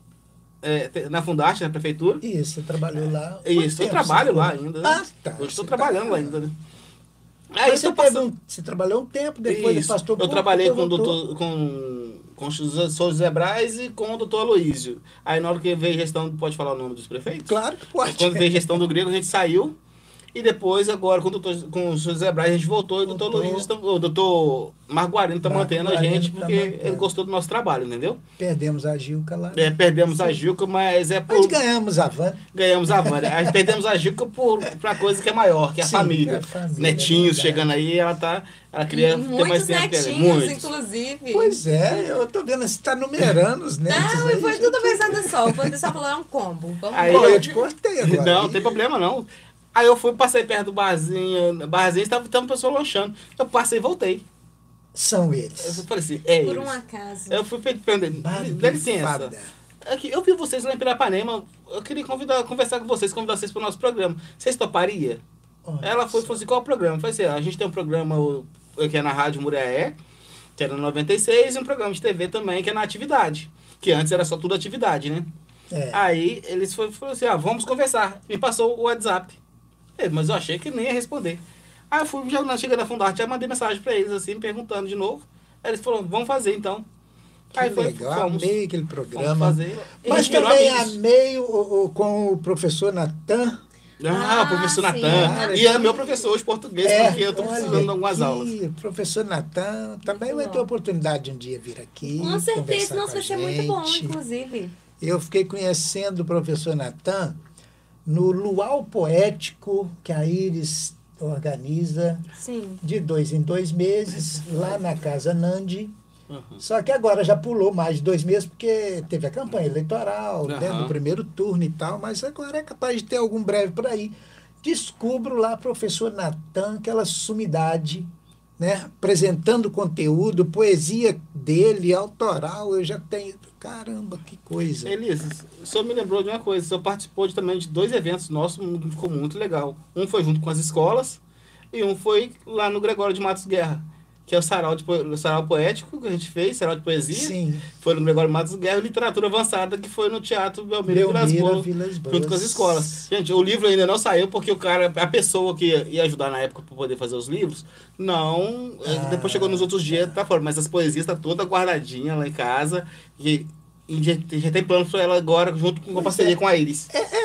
Na Fundarte, na prefeitura. Isso, você trabalhou lá? Isso, eu trabalho lá ainda. Né? Tá. Hoje estou trabalhando lá ainda, né? Aí você trabalhou um tempo, depois Isso. afastou Eu trabalhei com o José Braz e com o doutor Aloísio. Aí na hora que veio gestão, pode falar o nome dos prefeitos? Claro que pode. Quando veio gestão do Grego, a gente saiu. E depois, agora, com o José Braz, a gente voltou. E o doutor Marco Guarino está mantendo a gente, porque ele gostou do nosso trabalho, entendeu? Perdemos a Gilca lá. Perdemos a Gilca, mas Mas ganhamos a Vânia. Ganhamos a Vânia. Perdemos a Gilca para coisa que é maior, que é a família. Netinhos chegando aí, ela queria ter mais tempo. Muitos netinhos, inclusive. Pois é, eu tô vendo, você está numerando os netos. Não, foi tudo pensado só. O pessoal falou, é um combo. Eu te cortei agora. Não tem problema não. Aí eu passei perto do barzinho, estava uma pessoa lanchando. Eu passei e voltei. São eles. Eu falei assim, Por eles. um acaso. Eu fui prender. Dá licença. Eu vi vocês lá em Pirapanema, eu queria conversar com vocês, convidar vocês para o nosso programa. Vocês topariam? Ela falou assim, qual é o programa? Eu falei assim, a gente tem um programa que é na Rádio Muriaé, que era no 96, e um programa de TV também, que é na Atividade. Que antes era só tudo atividade, né? Aí eles falaram assim, vamos conversar. Me passou o WhatsApp. Mas eu achei que nem ia responder. Aí eu fui, cheguei na Fundarte, já mandei mensagem para eles, assim, perguntando de novo. Aí eles falaram, vamos fazer então. Aí legal, amei aquele programa. Fazer. Mas também amei com o professor Natan. O professor Natan. E é meu professor de português, porque eu estou precisando de algumas aulas. Professor Natan, também vai ter a oportunidade de um dia vir aqui. Com certeza, nossa, vai ser muito bom, inclusive. Eu fiquei conhecendo o professor Natan no Luau Poético, que a Iris organiza. Sim. De 2 em 2 meses, lá na Casa Nandi. Só que agora já pulou mais de 2 meses, porque teve a campanha eleitoral, no primeiro turno e tal, mas agora é capaz de ter algum breve por aí. Descubro lá professor Natan, aquela sumidade, né? Apresentando conteúdo, poesia dele, autoral, eu já tenho... Caramba, que coisa. Elias, o senhor me lembrou de uma coisa, o senhor participou também de 2 eventos nossos, ficou muito legal. Um foi junto com as escolas e um foi lá no Gregório de Matos Guerra, que é o sarau poético que a gente fez, sarau de poesia. Sim. Foi no Gregório de Matos Guerra, e literatura avançada, que foi no Teatro Belmiro Vilas Boas, junto com as escolas. Gente, o livro ainda não saiu, porque a pessoa que ia ajudar na época para poder fazer os livros, depois chegou nos outros dias, tá fora, mas as poesias tá toda guardadinha lá em casa, e já tem plano para ela agora, junto com a parceria com a Iris.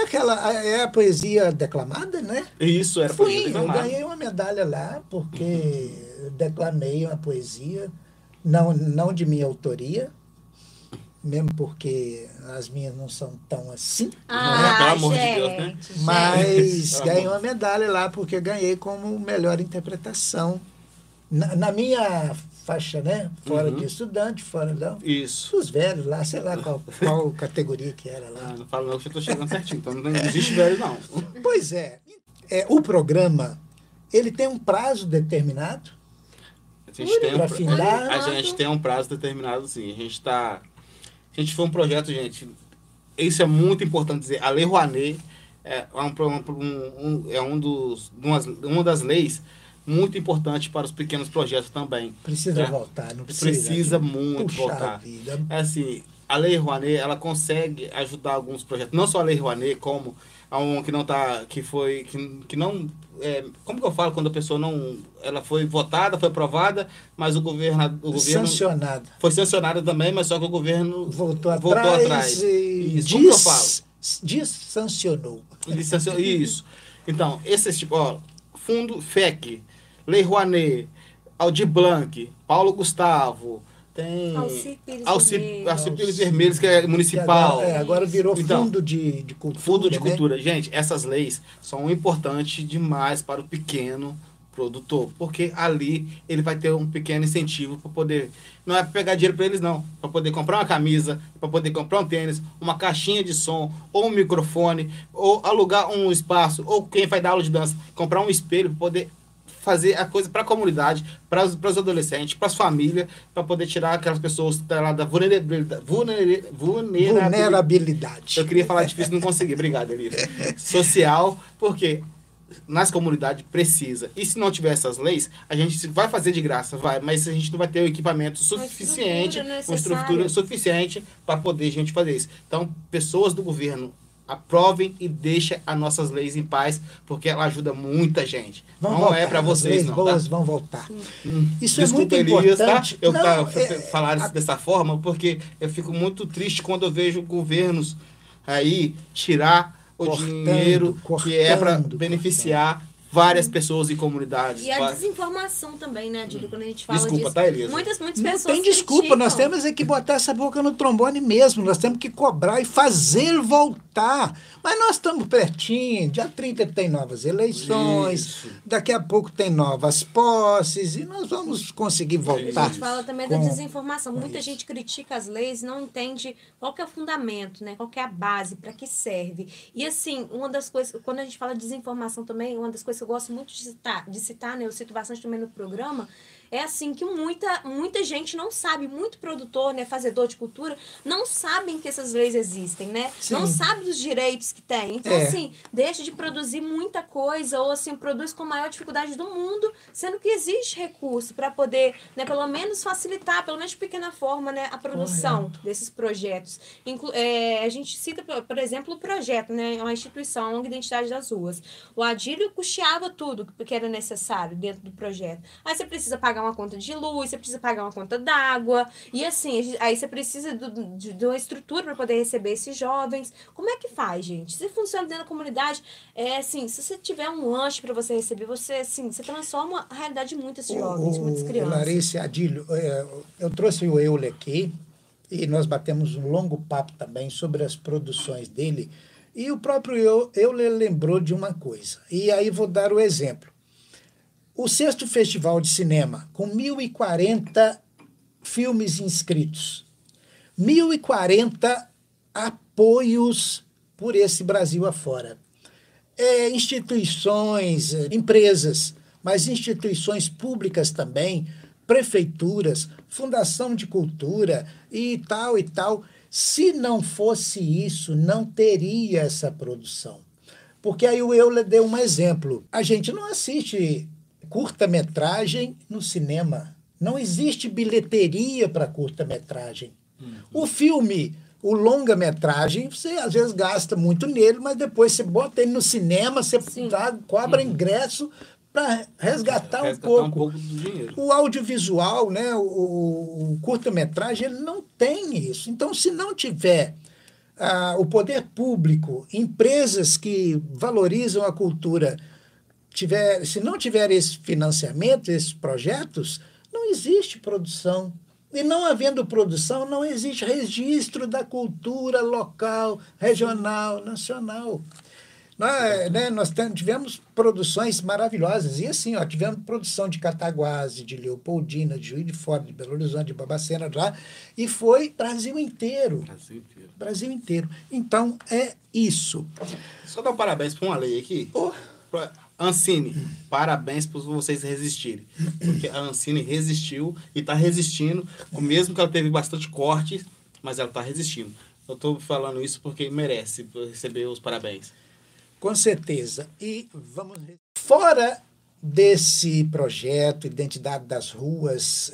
É a poesia declamada, né? Isso, era poesia declamada. Eu ganhei uma medalha lá, porque declamei uma poesia, não de minha autoria, mesmo porque as minhas não são tão assim. Pelo amor de Deus, né? Mas ganhei uma medalha lá, porque ganhei como melhor interpretação. Na minha faixa, né? Fora de estudante, fora dos velhos lá, sei lá qual categoria que era lá. Não falo não, que eu estou chegando certinho, então não existe velho não. Pois é. O programa, ele tem um prazo determinado? A gente tem um prazo determinado, sim. A gente foi um projeto, gente, isso é muito importante dizer, a Lei Rouanet uma das leis muito importante para os pequenos projetos também. Precisa tá? voltar, não precisa? Precisa muito Puxa voltar. vida. É assim, a Lei Rouanet, ela consegue ajudar alguns projetos, não só a Lei Rouanet, como a um que não tá, que não, como que eu falo quando a pessoa não, ela foi votada, foi aprovada, mas o governo Sancionada. foi sancionada também, mas só que o governo Voltou atrás. atrás e Isso, como que eu falo? Sancionou. Isso. Então, esses tipo, ó, Fundo FEC, Lei Rouanet, Aldir Blanc, Paulo Gustavo, tem Alcir Pires Vermelhos, que é municipal. Agora virou Então, fundo de cultura. Fundo de né? cultura. Gente, essas leis são importantes demais para o pequeno produtor, porque ali ele vai ter um pequeno incentivo para poder, não é pegar dinheiro para eles não, para poder comprar uma camisa, para poder comprar um tênis, uma caixinha de som, ou um microfone, ou alugar um espaço, ou quem vai dar aula de dança, comprar um espelho para poder fazer a coisa para a comunidade, para os adolescentes, para as famílias, para poder tirar aquelas pessoas lá da vulnerabilidade. Eu queria falar difícil, não consegui. Obrigado, Elisa. Social, porque nas comunidades precisa. E se não tiver essas leis, a gente vai fazer de graça, vai, mas a gente não vai ter o equipamento suficiente, uma estrutura suficiente para poder a gente fazer isso. Então, pessoas do governo, aprovem e deixem as nossas leis em paz, porque ela ajuda muita gente. Não voltar, é para vocês, não. Boas tá? vão voltar. Isso Desculpa, é muito Elias, importante. Tá? Eu falar dessa forma, porque eu fico muito triste quando eu vejo governos aí tirar o dinheiro que é para beneficiar várias pessoas e comunidades. E a desinformação também, né, Adílio, quando a gente fala desculpa, disso. Tá, Elisa? Muitas Não pessoas tem desculpa, criticam. nós temos é que botar essa boca no trombone mesmo, nós temos que cobrar e fazer voltar. Mas nós estamos pertinho, dia 30 tem novas eleições, daqui a pouco tem novas posses e nós vamos conseguir voltar. A gente fala também da desinformação. Muita gente critica as leis e não entende qual que é o fundamento, né? Qual que é a base, para que serve. E assim, uma das coisas, quando a gente fala de desinformação também, uma das coisas que eu gosto muito de citar, né? Eu cito bastante também no programa, é assim que muita gente não sabe, muito produtor, né, fazedor de cultura, não sabem que essas leis existem, né? Sim. Não sabe dos direitos que tem. Então, assim, deixa de produzir muita coisa, ou assim, produz com a maior dificuldade do mundo, sendo que existe recurso para poder, né, pelo menos facilitar, pelo menos de pequena forma, né, a produção desses projetos. A gente cita, por exemplo, o projeto, né, uma instituição, a ONG Identidade das Ruas. O Adílio custeava tudo que era necessário dentro do projeto. Aí você precisa pagar uma conta de luz, você precisa pagar uma conta d'água, e assim, aí você precisa de uma estrutura para poder receber esses jovens. Como é que faz, gente? Se funciona dentro da comunidade, assim, se você tiver um lanche para você receber, você transforma a realidade de muitos jovens, muitas crianças. Larissa, Adílio, eu trouxe o Euler aqui, e nós batemos um longo papo também sobre as produções dele, e o próprio Euler lembrou de uma coisa, e aí vou dar o exemplo. O 6º Festival de Cinema, com 1.040 filmes inscritos, 1.040 apoios por esse Brasil afora. Instituições, empresas, mas instituições públicas também, prefeituras, fundação de cultura e tal. Se não fosse isso, não teria essa produção. Porque aí o Euler deu um exemplo. A gente não assiste curta-metragem no cinema. Não existe bilheteria para curta-metragem. O filme, o longa-metragem, você às vezes gasta muito nele, mas depois você bota ele no cinema, você cobra ingresso para resgatar um pouco do dinheiro. O audiovisual, né, o curta-metragem, ele não tem isso. Então, se não tiver o poder público, empresas que valorizam a cultura, se não tiver esse financiamento, esses projetos, não existe produção. E não havendo produção, não existe registro da cultura local, regional, nacional. Nós tivemos produções maravilhosas. E assim, tivemos produção de Cataguases, de Leopoldina, de Juiz de Fora, de Belo Horizonte, de Babacena, lá, e foi Brasil inteiro. Brasil inteiro. Então, é isso. Só dar um parabéns para uma lei aqui. Ancine, parabéns por vocês resistirem. Porque a Ancine resistiu e está resistindo, mesmo que ela teve bastante corte, mas ela está resistindo. Eu estou falando isso porque merece receber os parabéns. Com certeza. E vamos... Fora desse projeto Identidade das Ruas,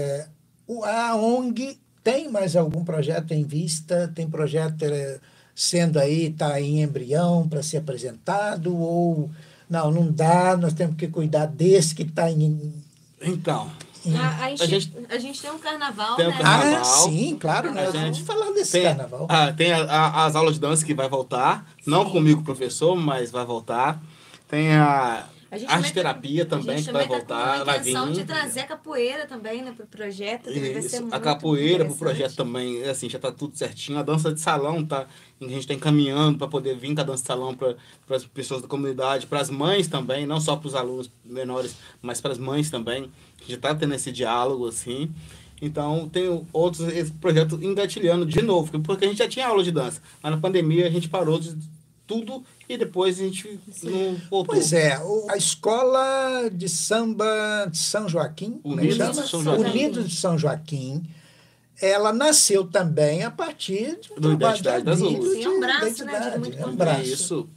a ONG tem mais algum projeto em vista? Tem projeto sendo aí, está em embrião para ser apresentado? Ou não dá, nós temos que cuidar desse que está em... Então... A gente tem um carnaval, tem um né? carnaval. Sim, claro, né? Vamos falar desse carnaval. Tem as aulas de dança que vai voltar, não comigo, professor, mas vai voltar. Tem a arte-terapia também que vai voltar. A gente tem de trazer a capoeira também, né, para o projeto. Vai ser a capoeira para o projeto também, assim, já está tudo certinho. A dança de salão, a gente está encaminhando para poder vir com a dança de salão para as pessoas da comunidade, para as mães também, não só para os alunos menores, mas para as mães também. A gente está tendo esse diálogo, assim. Então, tem esse projeto engatilhando de novo, porque a gente já tinha aula de dança, mas na pandemia a gente parou de tudo e depois a gente não voltou. Pois é, a Escola de Samba de São Joaquim, Unidos de São Joaquim, ela nasceu também a partir do Identidade das Ruas. Sim, é um braço, né? De muito braço. Isso.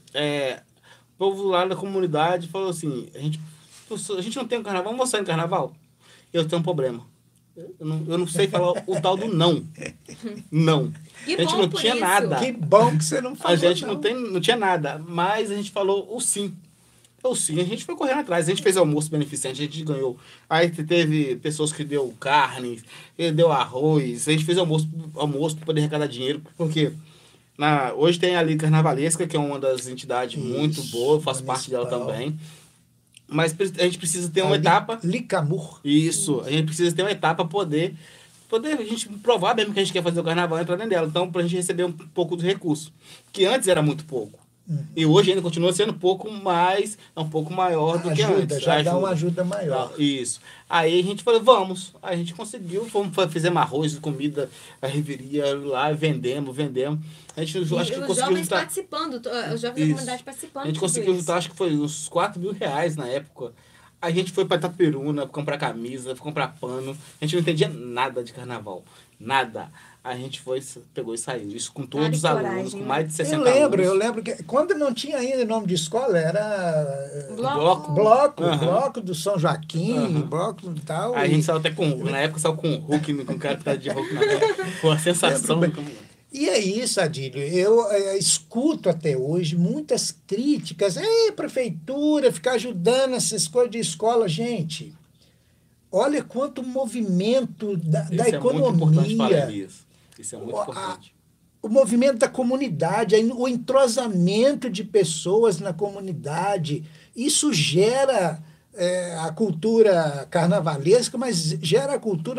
O povo lá da comunidade falou assim, a gente não tem um carnaval, vamos sair em carnaval? Eu tenho um problema. Eu não sei falar o tal do não. Não. Que a gente não tinha isso. nada. Que bom que você não falou. A gente não tinha nada, mas a gente falou o sim. O sim, a gente foi correndo atrás. A gente fez almoço beneficente, a gente ganhou. Aí teve pessoas que deu carne, deu arroz. A gente fez almoço para poder arrecadar dinheiro, porque hoje tem a Liga Carnavalesca, que é uma das entidades muito boa, eu faço parte dela também. Mas a gente precisa ter uma etapa... Licamur. Isso. A gente precisa ter uma etapa para poder a gente provar mesmo que a gente quer fazer o carnaval e entrar dentro dela. Então, para a gente receber um pouco do recurso. Que antes era muito pouco. E hoje ainda continua sendo pouco mais... É um pouco maior do que antes. Já dá uma ajuda maior. Isso. Aí a gente falou, vamos. Aí a gente conseguiu. Fizemos arroz, comida, a reveria lá, vendemos. A gente acho que os jovens participando, os jovens da comunidade participando. A gente conseguiu juntar, acho que foi uns R$4.000 na época. A gente foi para Itaperuna comprar camisa, comprar pano. A gente não entendia nada de carnaval. Nada. A gente pegou e saiu. Isso com todos os alunos, com mais de 60 alunos. Eu lembro que quando não tinha ainda nome de escola, era bloco do São Joaquim, bloco e tal. Aí a gente saiu até na época saiu com o Hulk, com cara de Hulk na época. Foi uma sensação. E é isso, Adílio, eu escuto até hoje muitas críticas, prefeitura, ficar ajudando essas coisas de escola, gente, olha quanto movimento da economia. É muito importante falar isso. Isso é muito importante. O movimento da comunidade, o entrosamento de pessoas na comunidade, isso gera a cultura carnavalesca, mas gera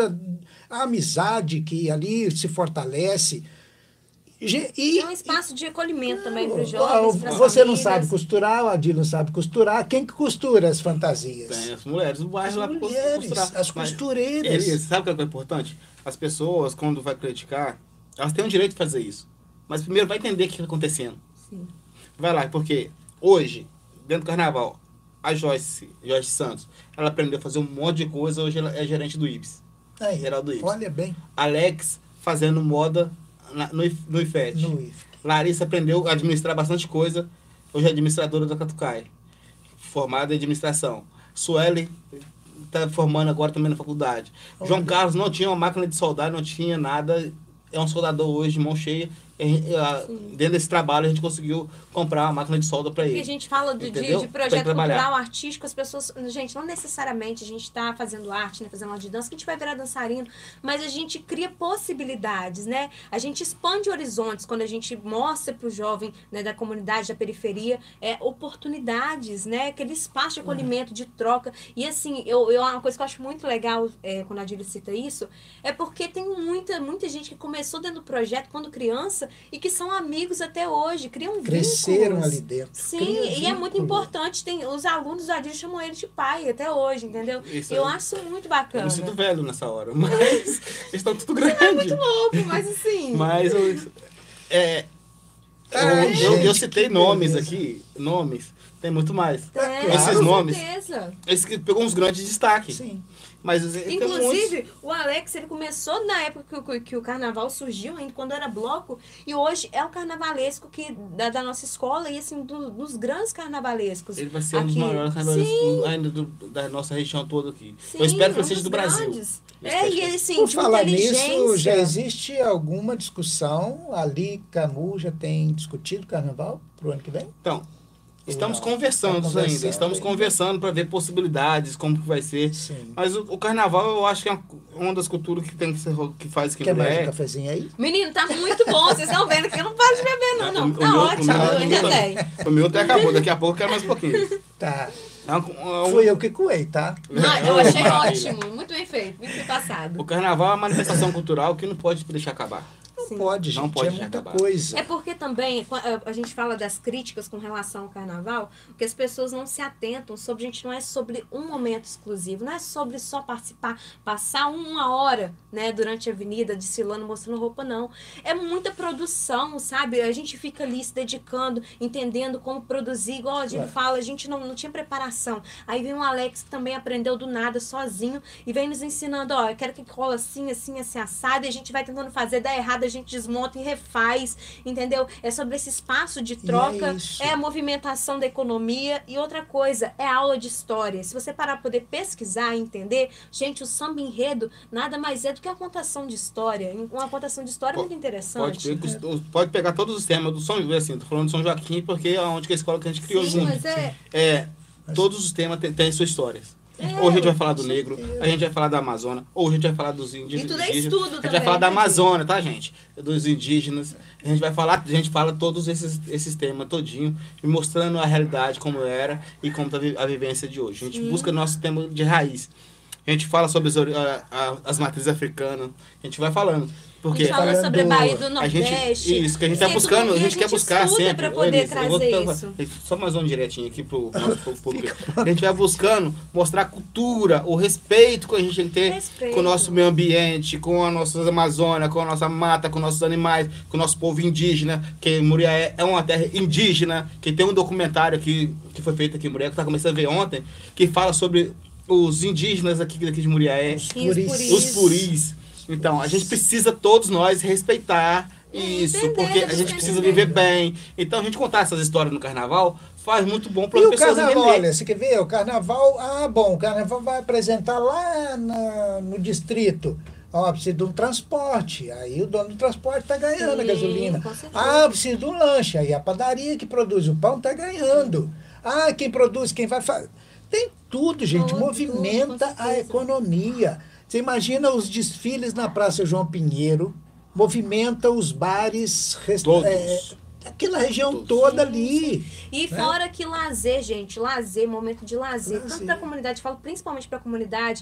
a amizade que ali se fortalece. É um espaço de acolhimento também para os jovens, para as Você não famílias. sabe costurar, o Adil não sabe costurar. Quem que costura as fantasias? Tem as mulheres do bairro lá para costurar. As costureiras. Sabe o que é importante? As pessoas, quando vai criticar, elas têm o direito de fazer isso. Mas primeiro vai entender o que está acontecendo. Sim. Vai lá, porque hoje, dentro do carnaval, a Joyce Santos, ela aprendeu a fazer um monte de coisa, hoje ela é gerente do IBS. Geral do IBS. Olha bem. Alex fazendo moda no IFET. Larissa aprendeu a administrar bastante coisa, hoje é administradora da Catucai, formada em administração. Sueli está formando agora também na faculdade. João Carlos não tinha uma máquina de soldar, não tinha nada, é um soldador hoje de mão cheia. Dentro desse trabalho a gente conseguiu comprar uma máquina de solda para ele. Porque a gente fala de projeto cultural, artístico, as pessoas, gente, não necessariamente a gente está fazendo arte, né, fazendo aula de dança, que a gente vai virar dançarino, mas a gente cria possibilidades, né? A gente expande horizontes quando a gente mostra para o jovem, né, da comunidade, da periferia, oportunidades, né? Aquele espaço de acolhimento, de troca. E assim, uma coisa que eu acho muito legal quando a Adílio cita isso, é porque tem muita gente que começou dentro do projeto quando criança e que são amigos até hoje, criam Cresceram vínculos. ali dentro. Sim, e é muito importante. Os alunos da Adílio chamam ele de pai até hoje, entendeu? Eu acho muito bacana. Eu me sinto velho nessa hora, mas eles estão tudo grandes. É muito louco, mas assim... Mas eu citei nomes aqui, tem muito mais. Esses nomes, esse que pegou uns grandes destaques. Sim. Mas inclusive, o Alex, ele começou na época que o carnaval surgiu, ainda quando era bloco, e hoje é o carnavalesco da nossa escola, e assim, dos grandes carnavalescos. Ele vai ser um dos maiores carnavalescos ainda da nossa região toda aqui. Sim, eu espero que ele seja do Brasil. E ele, sim, por de falar inteligência. nisso, já existe alguma discussão? Ali, Camu já tem discutido carnaval pro ano que vem? Então, estamos conversando ainda. Estamos conversando para ver possibilidades, como que vai ser. Sim. Mas o carnaval, eu acho que é uma das culturas que tem que ser, que faz aqui Quer no mais um cafezinho aí? Menino, tá muito bom. Vocês estão vendo que eu não paro de beber, não. Tá ótimo, ainda tem. O meu até acabou. Daqui a pouco eu quero mais um pouquinho. Tá. Fui eu que coei, tá? Eu achei ótimo. Muito bem feito. Muito bem passado. O carnaval é uma manifestação cultural que não pode deixar acabar. Não pode, gente. Não pode, é muita coisa. É porque também, a gente fala das críticas com relação ao carnaval, porque as pessoas não se atentam sobre, gente, não é sobre um momento exclusivo, não é sobre só participar, passar uma hora, né, durante a avenida, desfilando, mostrando roupa, não. É muita produção, sabe? A gente fica ali se dedicando, entendendo como produzir, igual a gente fala, a gente não tinha preparação. Aí vem o Alex, que também aprendeu do nada, sozinho, e vem nos ensinando, eu quero que rola assim, assim, assim, assado, e a gente vai tentando fazer, dá errado, a gente desmonta e refaz, entendeu? É sobre esse espaço de troca, é a movimentação da economia, e outra coisa, é a aula de história. Se você parar para poder pesquisar e entender, gente, o samba enredo nada mais é do que a contação de história. Uma contação de história muito interessante. Pode pegar todos os temas do São Joaquim, assim, tô falando de São Joaquim porque é onde que a escola que a gente criou junto. Mas todos os temas têm suas histórias. Ou a gente vai falar do negro, a gente vai falar da Amazônia, ou a gente vai falar dos indígenas. E tudo é estudo também. A gente vai falar da Amazônia, tá, gente? Dos indígenas. A gente fala todos esses temas todinho, mostrando a realidade como era e como tá a vivência de hoje. A gente busca nosso tema de raiz. A gente fala sobre as matrizes africanas, a gente vai falando. Porque a gente fala sobre a Bahia do Nordeste. Isso, que a gente tá buscando, a gente quer buscar sempre. Para poder trazer isso. Só mais um direitinho aqui pro nosso público. A gente vai buscando mostrar a cultura, o respeito que a gente tem que ter com o nosso meio ambiente, com a nossa Amazônia, com a nossa mata, com nossos animais, com o nosso povo indígena, que Muriaé é uma terra indígena, que tem um documentário que foi feito aqui em Muriaé, que tá começando a ver ontem, que fala sobre os indígenas aqui de Muriaé, os puris. Então, a gente precisa, todos nós, respeitar isso, porque a gente precisa viver bem. Então, a gente contar essas histórias no carnaval faz muito bom para as pessoas entenderem. E o carnaval, olha, você quer ver? O carnaval, o carnaval vai apresentar lá no distrito. Precisa de um transporte. Aí o dono do transporte está ganhando a gasolina. Precisa de um lanche. Aí a padaria que produz o pão está ganhando. Quem produz, quem vai fazer. Tem tudo, gente. Movimenta a economia. Você imagina os desfiles na Praça João Pinheiro, movimenta os bares, aquela região toda ali. E fora que lazer, gente, momento de lazer. Tanto para a comunidade, falo principalmente para a comunidade,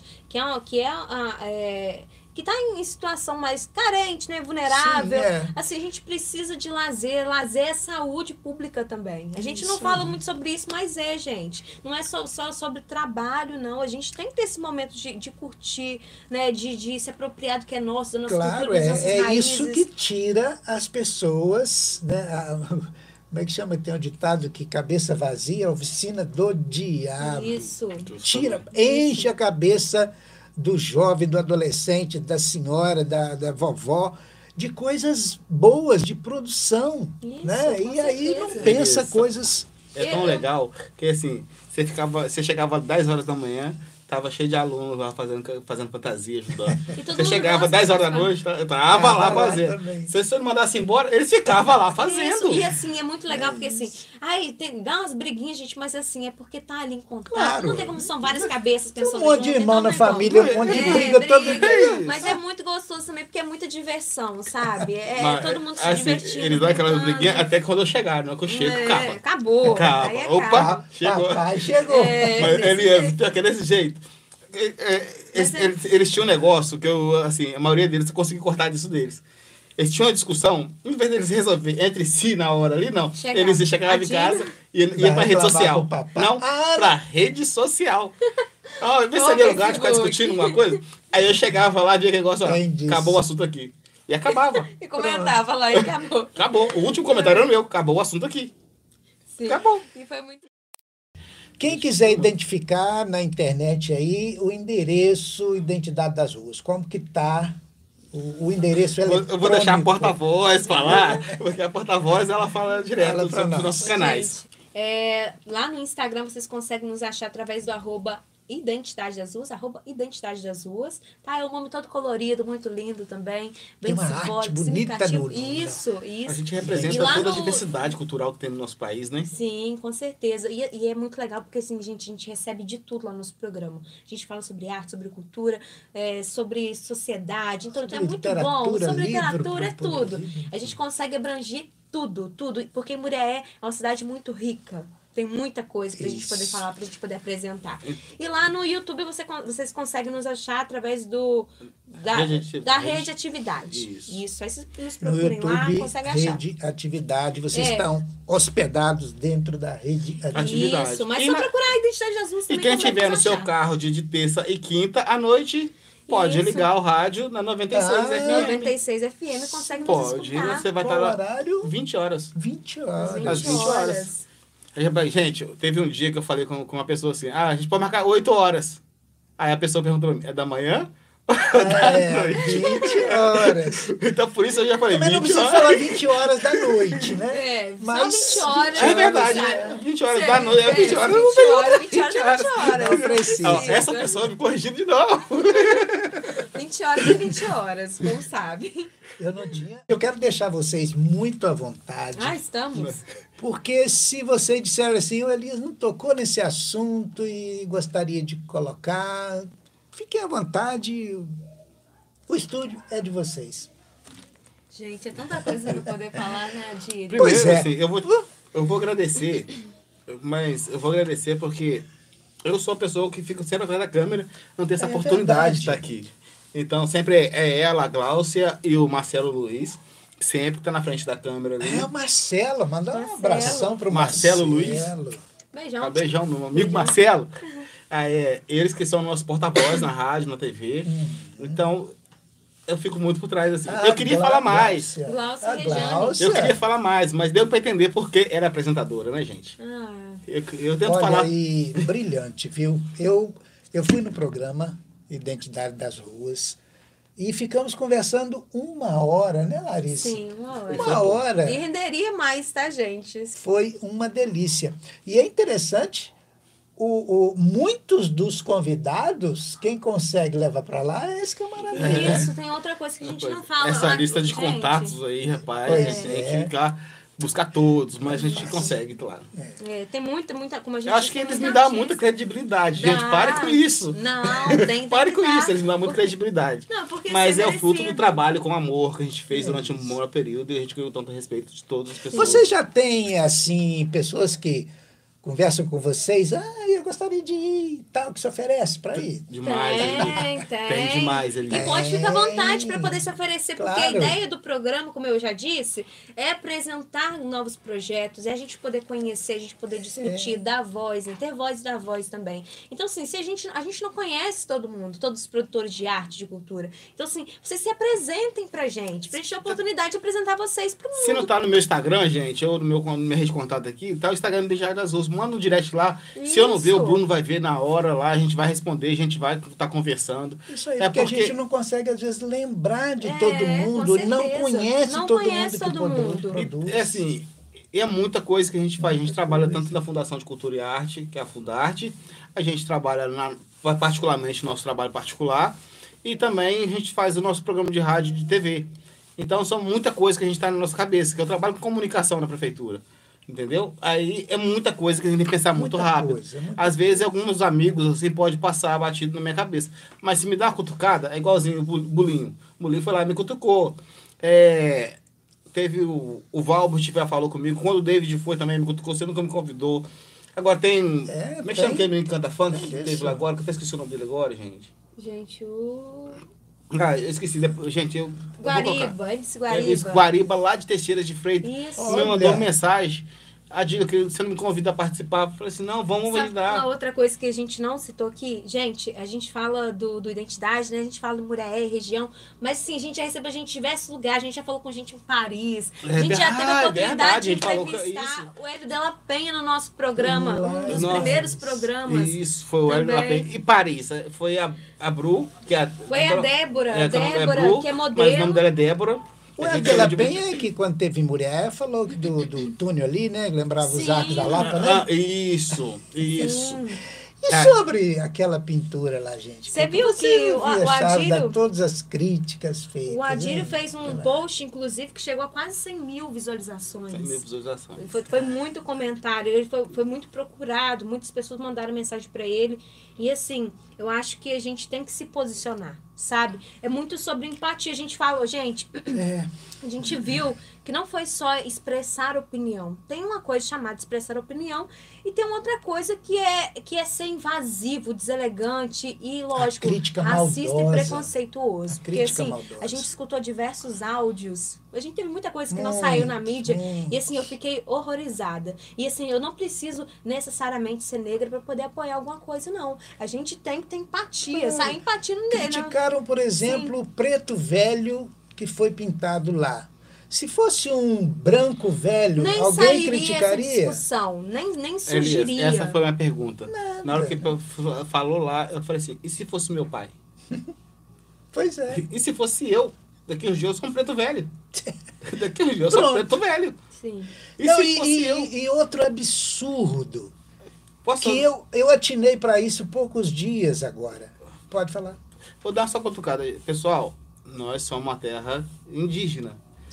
que está em situação mais carente, né, vulnerável. Assim, a gente precisa de lazer. Lazer é saúde pública também. A gente não fala muito sobre isso, mas gente. Não é só sobre trabalho, não. A gente tem que ter esse momento de curtir, né, de se apropriar do que é nosso, da nossa cultura, das nossas raízes. Isso que tira as pessoas, né, como é que chama? Tem um ditado que cabeça vazia, oficina do diabo. Isso. Enche a cabeça do jovem, do adolescente, da senhora, da vovó, de coisas boas, de produção. Né? E aí não pensa coisas... É tão legal que assim, você chegava às 10 horas da manhã, tava cheio de alunos lá fazendo fantasia, ajudando. Você chegava 10 horas da noite, eu tava lá fazendo. Se você não mandasse embora, eles ficavam lá fazendo. E assim, é muito legal, porque assim, dá umas briguinhas, gente, mas assim, é porque tá ali em contato. Não tem como são várias cabeças pensando junto. Um monte de irmão na família, um monte de briga todo dia. Mas é muito gostoso também, porque é muita diversão, sabe? Todo mundo se divertindo. Eles dão aquelas briguinhas até quando eu chegar, não é que eu chego, acabou. Opa, chegou. Papai chegou. Mas ele é desse jeito. Eles tinham um negócio que a maioria deles, eu consegui cortar disso deles. Eles tinham uma discussão, em vez deles resolver entre si na hora ali, não. Eles chegavam em casa e iam pra rede social. Não, pra rede social. Em vez de saber lugar de ficar discutindo uma coisa, aí eu chegava lá, via aquele negócio, acabou o assunto aqui. E acabava. E comentava lá e acabou. Acabou. O último comentário era o meu, acabou o assunto aqui. Sim. Acabou. E foi muito... Quem quiser identificar na internet aí o endereço, identidade das ruas, como que tá o endereço eletrônico? Eu vou deixar a porta-voz falar, porque a porta-voz ela fala direto Fala pra sobre os nós. nossos canais. Lá no Instagram vocês conseguem nos achar através do @Identidade das Ruas, @Identidade das Ruas, tá? É um nome todo colorido, muito lindo também, Tem bem uma arte bonita no nome. Isso. A gente representa E lá toda a no- diversidade cultural que tem no nosso país, né? Sim, com certeza. E é muito legal porque assim, gente, a gente recebe de tudo lá no nosso programa. A gente fala sobre arte, sobre cultura, sobre sociedade. Então, Sobre é muito bom. literatura, Sobre livro, literatura, é pro tudo. livro. A gente consegue abranger tudo. Porque Muriaé é uma cidade muito rica. Tem muita coisa pra gente Isso. poder falar, pra gente poder apresentar. E lá no YouTube vocês conseguem nos achar através da Rede Atividade. Isso. Aí vocês nos No procurem lá, YouTube, conseguem achar. Rede Atividade, vocês É. estão hospedados dentro da Rede Atividade. Isso, mas E só na- procurar a Identidade das Ruas E também. quem consegue tiver no nos seu achar. carro de terça e quinta à noite, pode Isso. ligar o rádio na 96 Ah, FM. 96 FM consegue nos Pode, escutar. você vai Qual estar lá horário? 20 horas. 20 Às horas. 20 Às 20 horas. Gente, teve um dia que eu falei com uma pessoa assim, a gente pode marcar 8 horas. Aí a pessoa perguntou pra mim, é da manhã? É, 20 horas. Então por isso eu já falei, Também não 20 precisa horas. falar 20 horas da noite, né? Só 20 horas. É verdade, sabe? 20 horas da noite, é 20 horas. 20 horas, 20 horas, 20 horas. Não precisa. Ó, essa pessoa me corrigindo de novo. 20 horas e 20 horas, como sabe. Eu não tinha. Eu quero deixar vocês muito à vontade. Estamos. Porque se vocês disserem assim, o Elias não tocou nesse assunto e gostaria de colocar, fiquem à vontade. O estúdio é de vocês. Gente, é tanta coisa pra poder falar, né, Adílio? Primeiro, Pois é. assim, eu vou agradecer, mas eu vou agradecer porque eu sou a pessoa que fica sempre atrás da câmera, não tem essa oportunidade verdade. de estar aqui. Então, sempre é ela, a Gláucia e o Marcelo Luiz, sempre tá na frente da câmera ali. É o Marcelo, manda um Marcelo. abração pro Marcelo Luiz. Beijão. Beijão, meu amigo Marcelo. Eles que são nossos porta-voz na rádio, na TV. Então, eu fico muito por trás, assim. Eu queria falar mais. Glaucia A e Regiane. Gláucia. Eu queria falar mais, mas deu pra entender porque era apresentadora, né, gente? Eu tento Olha falar. aí, brilhante, viu? Eu fui no programa Identidade das Ruas e ficamos conversando 1 hora, né, Larissa? Sim, 1 hora. 1 hora. E renderia mais, tá, gente? Foi uma delícia. E é interessante, muitos dos convidados, quem consegue levar para lá é esse camarada. Isso, tem outra coisa que a gente não fala. Essa lista de Gente, contatos aí, rapaz, Pois a gente tem é. que buscar todos, mas a gente consegue, claro. tem muita, como a gente Eu acho que disse, eles me muita dão artista. muita credibilidade. Gente, Dá. pare com isso. Não, tem Pare que com dar. isso, eles me dão muita credibilidade. Não, porque Mas isso é o fruto do merecido. trabalho com amor que a gente fez durante um bom período e a gente ganhou tanto respeito de todas as pessoas. Você já tem, assim, pessoas que conversam com vocês, eu gostaria de ir e tal, que se oferece para ir? Demais ali. Tem demais ali. E pode ficar à vontade para poder se oferecer, porque a Claro. ideia do programa, como eu já disse, é apresentar novos projetos, é a gente poder conhecer, a gente poder discutir, dar voz, né? Ter voz e dar voz também. Então, assim, se a gente não conhece todo mundo, todos os produtores de arte, de cultura. Então, assim, vocês se apresentem pra gente ter a oportunidade de apresentar vocês pro mundo. Se não tá no meu Instagram, gente, ou no minha rede de contato aqui, tá o Instagram do Identidade das Ruas. Manda um direct lá. Se eu não ver, Isso. o Bruno vai ver na hora lá, a gente vai responder, a gente vai estar conversando. Isso aí, É porque a porque- gente não consegue, às vezes, lembrar de É, todo com mundo, não certeza. conhece Não todo conhece mundo que todo mundo. produz. É assim, é muita coisa que a gente faz. A gente trabalha tanto na Fundação de Cultura e Arte, que é a Fundarte. A gente trabalha particularmente nosso trabalho particular. E também a gente faz o nosso programa de rádio e de TV. Então, são muita coisa que a gente está na nossa cabeça, que eu trabalho com comunicação na prefeitura. Entendeu? Aí é muita coisa que a gente tem que pensar muito Muita rápido. coisa, muita Às vezes, alguns amigos assim pode passar batido na minha cabeça. Mas se me dá uma cutucada, é igualzinho o Bulinho. O Bulinho foi lá e me cutucou. Teve o Valbert já falou comigo. Quando o David foi também me cutucou, você nunca me convidou. Agora tem. Como é que chama aquele menino que canta funk que teve lá agora? Que eu até esqueci o nome dele agora, gente. Gente, o Eu esqueci. Gente, eu vou colocar. Guariba, ele disse Guariba. Guariba, lá de Teixeira de Freitas. Isso. Me mandou Olha. mensagem. Adílio, que você não me convida a participar. Eu falei assim, não, vamos Sabe validar. uma outra coisa que a gente não citou aqui? Gente, a gente fala do Identidade, né? A gente fala do Muriaé, região, mas sim, a gente já recebeu gente em diversos lugares, a gente já falou com gente em Paris, a gente já teve a oportunidade verdade, de a gente falou entrevistar o Hélio de la Penha no nosso programa, um dos Nossa. primeiros programas. Isso, foi o Hélio também. Lapem. E Paris, foi a Bru, que é a... Foi a Débora, Bru, que é mas o modelo. nome dela é Débora. O A Hélio gente de la chama de- Penha é que quando teve em Murié falou do túnel ali, né? Lembrava os Sim. arcos da Lapa, né? Ah, isso. Sim. E sobre aquela pintura lá, gente? Você viu Você que não o via, Charles, Adílio- da todas as críticas feitas. O Adílio né? fez um post, inclusive, que chegou a quase 100 mil visualizações. 100 mil visualizações. Foi muito comentário, ele foi muito procurado, muitas pessoas mandaram mensagem para ele. E assim, eu acho que a gente tem que se posicionar, sabe? É muito sobre empatia. A gente fala, gente, a gente viu que não foi só expressar opinião. Tem uma coisa chamada expressar opinião e tem uma outra coisa que é ser invasivo, deselegante e, lógico, crítica racista maldosa. e preconceituoso. A Porque crítica assim, maldosa. a gente escutou diversos áudios. A gente teve muita coisa que não Muito, saiu na mídia. muito. E assim, eu fiquei horrorizada. E assim, eu não preciso necessariamente ser negra para poder apoiar alguma coisa, não. A gente tem que ter empatia. Essa empatia não tem, né? Criticaram, por exemplo, o preto velho que foi pintado lá. Se fosse um branco velho, Nem alguém sairia criticaria? essa discussão. Nem Elias, surgiria. essa foi a minha pergunta. Nada. Na hora que falou lá, eu falei assim, e se fosse meu pai? Pois é. E se fosse eu? Daqui uns dias eu sou um preto velho. Daqui uns dias eu sou um Pronto. preto velho. Sim. E Não, se fosse eu? e outro absurdo, Posso que eu atinei para isso poucos dias agora. Pode falar. Vou dar só uma cutucada aí. Pessoal, nós somos uma terra indígena.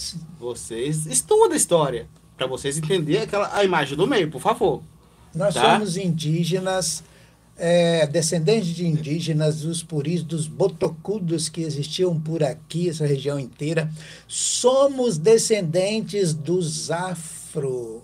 Vocês estudam a história. Para vocês entenderem a imagem do meio, por favor. Nós Tá. somos indígenas, descendentes de indígenas, dos puris, dos botocudos que existiam por aqui, essa região inteira. Somos descendentes dos afro,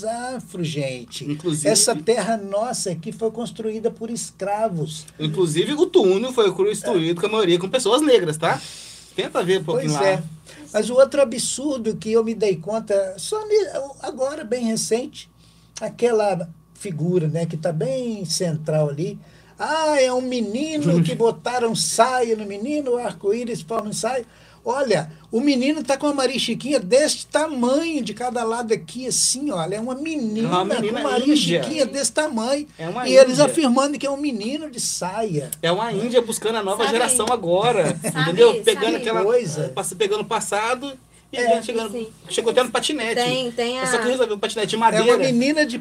gente. Inclusive- Essa terra nossa aqui foi construída por escravos. Inclusive, o túnel foi construído com a maioria com pessoas negras, tá? Tenta ver um pouquinho Pois lá. é. Mas o outro absurdo que eu me dei conta, agora, bem recente, aquela figura, né, que está bem central ali. Ah, é um menino que botaram saia no menino, arco-íris, forma saia. Olha, o menino está com uma Maria Chiquinha desse tamanho de cada lado aqui, assim, olha. É uma menina, Uma menina com Maria índia. Chiquinha desse tamanho. É uma e eles índia. afirmando que é um menino de saia. É uma Índia buscando a nova Sabe- geração agora. sabe- Entendeu? Pegando sabe- aquela Coisa. pegando o passado e sim. chegou até no patinete. Tem a- Só que resolveu o patinete de É madeira. uma menina de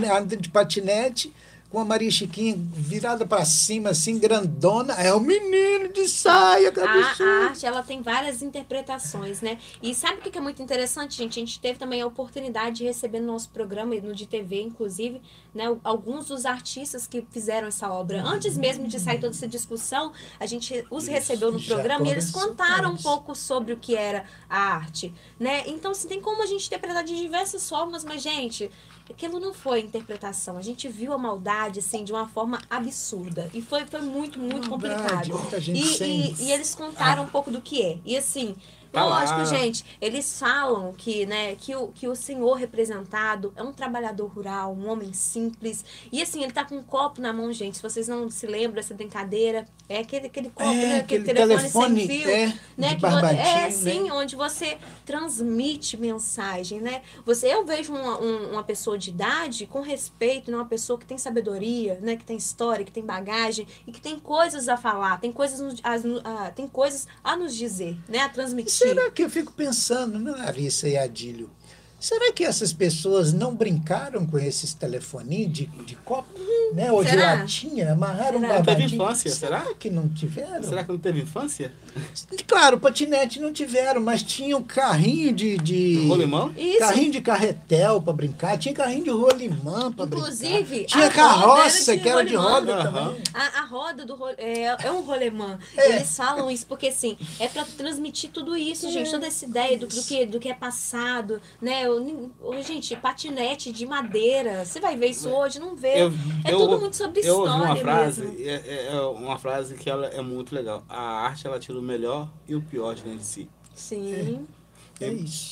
patinete com a Maria Chiquinha virada para cima, assim, grandona. É um menino de saia, que A absurdo. arte, ela tem várias interpretações, né? E sabe o que é muito interessante, gente? A gente teve também a oportunidade de receber no nosso programa, e no de TV, inclusive, né, alguns dos artistas que fizeram essa obra. Antes mesmo de sair toda essa discussão, a gente os recebeu no já programa e eles conversou contaram com um pouco sobre o que era a arte, né? Então, assim, tem como a gente interpretar de diversas formas, mas, gente, aquilo não foi interpretação. A gente viu a maldade, assim, de uma forma absurda. E foi muito, muito Maldade, complicado. muita gente sem- E eles contaram um pouco do que é. E assim, Tá lógico, lá. gente, eles falam que, né, que o senhor representado é um trabalhador rural, um homem simples. E assim, ele tá com um copo na mão, gente. Se vocês não se lembram dessa brincadeira, é aquele copo, né, aquele telefone sem fio. Né, de que barbatinho, sim, né? onde você transmite mensagem, né? Eu vejo uma pessoa de idade com respeito, né? Uma pessoa que tem sabedoria, né? Que tem história, que tem bagagem e que tem coisas a falar, tem coisas, tem coisas a nos dizer, né? A transmitir. Será que eu fico pensando, né, Larissa e Adílio? Será que essas pessoas não brincaram com esses telefoninhos de copo, né? Ou de Será? latinha, amarraram um Será? Não teve barbadinho? infância, será? que não tiveram? Será que não teve infância? Claro, patinete não tiveram, mas tinha um carrinho de Rolimão? Isso. carrinho de carretel para brincar, tinha carrinho de rolimã para brincar. Inclusive, Tinha a roda carroça era de que era de rolimã. roda Aham. também. A roda é um rolemã. É. Eles falam isso porque, assim, é para transmitir tudo isso, gente. Toda essa ideia do que é passado, né? Gente, patinete de madeira. Você vai ver isso hoje? Não vê. É tudo muito sobre eu ouvi história uma frase, mesmo. uma frase que ela é muito legal. A arte, ela tira o melhor e o pior de dentro de si. Sim. É isso.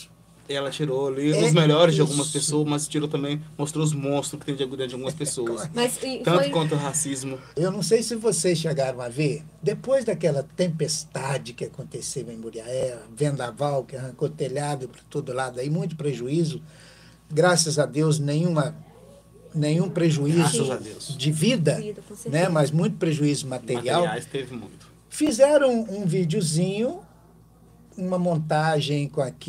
Ela tirou ali os melhores de algumas isso. pessoas, mas tirou também, mostrou os monstros que tem dentro de algumas pessoas. Mas Tanto foi... quanto o racismo. Eu não sei se vocês chegaram a ver, depois daquela tempestade que aconteceu em Muriaé, vendaval que arrancou telhado para todo lado, aí muito prejuízo, graças a Deus nenhum prejuízo Graças a Deus. de vida, com certeza. né, mas muito prejuízo material. Materiais teve muito. Fizeram um videozinho, uma montagem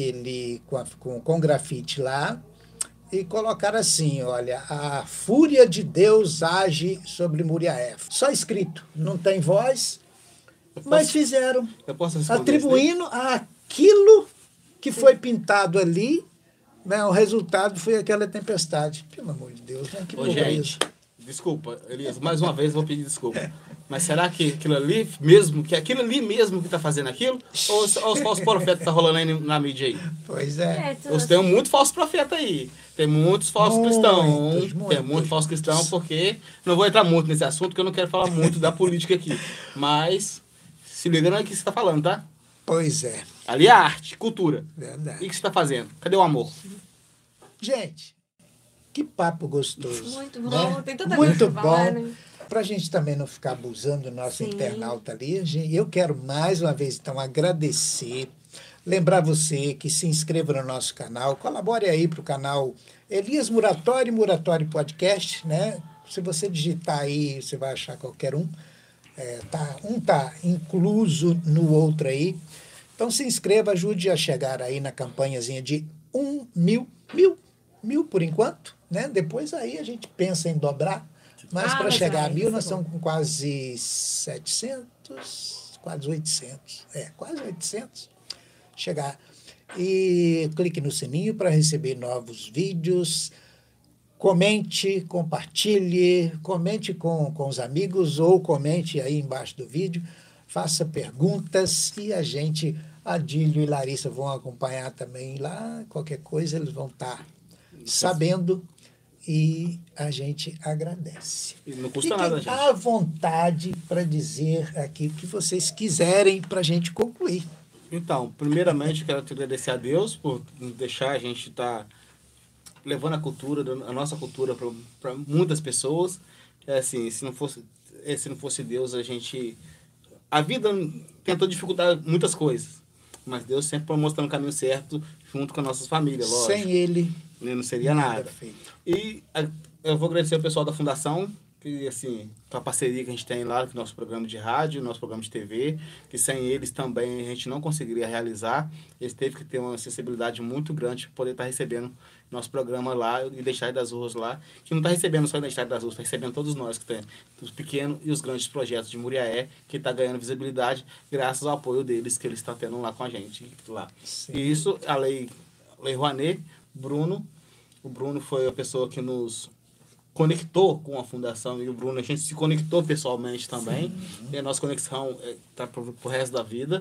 com grafite lá, e colocaram assim, olha, a fúria de Deus age sobre Muriaé. Só escrito, não tem voz, mas fizeram, Eu posso responder atribuindo àquilo que foi pintado ali, né, o resultado foi aquela tempestade. Pelo amor de Deus, né? Que Ô, pobreza. gente, desculpa, Elias, mais uma vez eu vou pedir desculpa. Mas será que aquilo ali mesmo que está fazendo aquilo? Ou os falsos profetas que estão rolando aí na mídia aí? Pois é. Tem muito falso profeta aí. Tem muitos falsos cristãos. Tem muitos falsos cristãos, porque não vou entrar muito nesse assunto, porque eu não quero falar muito da política aqui. Mas se liga no que você está falando, tá? Pois é. Ali é arte, cultura. Verdade. E o que você está fazendo? Cadê o amor? Gente, que papo gostoso. Muito bom, né? tem tanta Muito coisa pra falar, bom. né? Para a gente também não ficar abusando do nosso Sim. internauta ali, eu quero mais uma vez, então, agradecer. Lembrar você que se inscreva no nosso canal, colabore aí para o canal Elias Muratori, Muratori Podcast, né? Se você digitar aí, você vai achar qualquer um. Um tá incluso no outro aí. Então se inscreva, ajude a chegar aí na campanhazinha de 1.000 por enquanto, né? Depois aí a gente pensa em dobrar, mas para chegar a 1.000 nós estamos com quase 700, quase 800, quase 800. Chegar. E clique no sininho para receber novos vídeos. Comente, compartilhe, comente com os amigos ou comente aí embaixo do vídeo. Faça perguntas e Adílio e Larissa vão acompanhar também lá. Qualquer coisa eles vão estar sabendo e a gente agradece. E não custa nada, gente. À vontade para dizer aqui o que vocês quiserem para a gente concluir. Então, primeiramente, eu quero te agradecer a Deus por deixar a gente estar levando a nossa cultura para muitas pessoas. Assim, se não fosse Deus, a vida tentou dificultar muitas coisas, mas Deus sempre foi mostrando o caminho certo junto com as nossas famílias, lógico. Sem ele, não seria nada. Feito. E eu vou agradecer ao pessoal da Fundação, que, assim, com a parceria que a gente tem lá, com o nosso programa de rádio, nosso programa de TV, que sem eles também a gente não conseguiria realizar. Eles teve que ter uma sensibilidade muito grande para poder estar recebendo nosso programa lá, Identidade das Ruas lá, que não está recebendo só a Identidade das Ruas, está recebendo todos nós, que tem os pequenos e os grandes projetos de Muriaé, que está ganhando visibilidade graças ao apoio deles, que eles estão tendo lá com a gente. Lá. E isso, a Lei Rouanet, o Bruno foi a pessoa que nos conectou com a fundação, e o Bruno, a gente se conectou pessoalmente também. Sim. E a nossa conexão está para o resto da vida.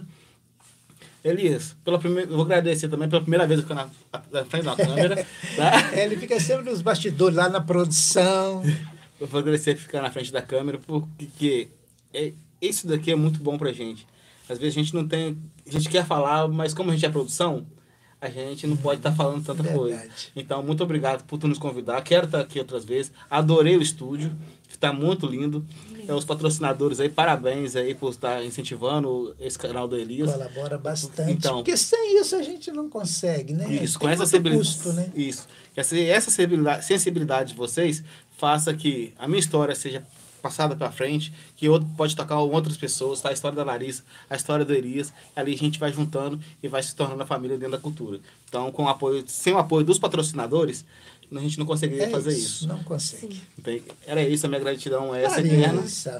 Elias, eu vou agradecer também pela primeira vez que eu na frente da câmera. Tá? Ele fica sempre nos bastidores, lá na produção. Eu vou agradecer por ficar na frente da câmera, porque isso daqui é muito bom pra gente. Às vezes a gente quer falar, mas como a gente é produção, a gente não pode estar falando tanta coisa. Então, muito obrigado por tu nos convidar. Quero estar aqui outras vezes. Adorei o estúdio. Está muito lindo. Os patrocinadores aí, parabéns aí por estar incentivando esse canal do Elias. Colabora bastante. Então, porque sem isso a gente não consegue, né? Isso, com essa sensibilidade, né? Isso. Essa sensibilidade de vocês faça que a minha história seja passada para frente, que pode tocar outras pessoas, tá? A história da Larissa, a história do Elias, ali a gente vai juntando e vai se tornando a família dentro da cultura. Então, sem o apoio dos patrocinadores, a gente não conseguiria fazer isso. Não consegue. Então, era isso, a minha gratidão é essa eterna.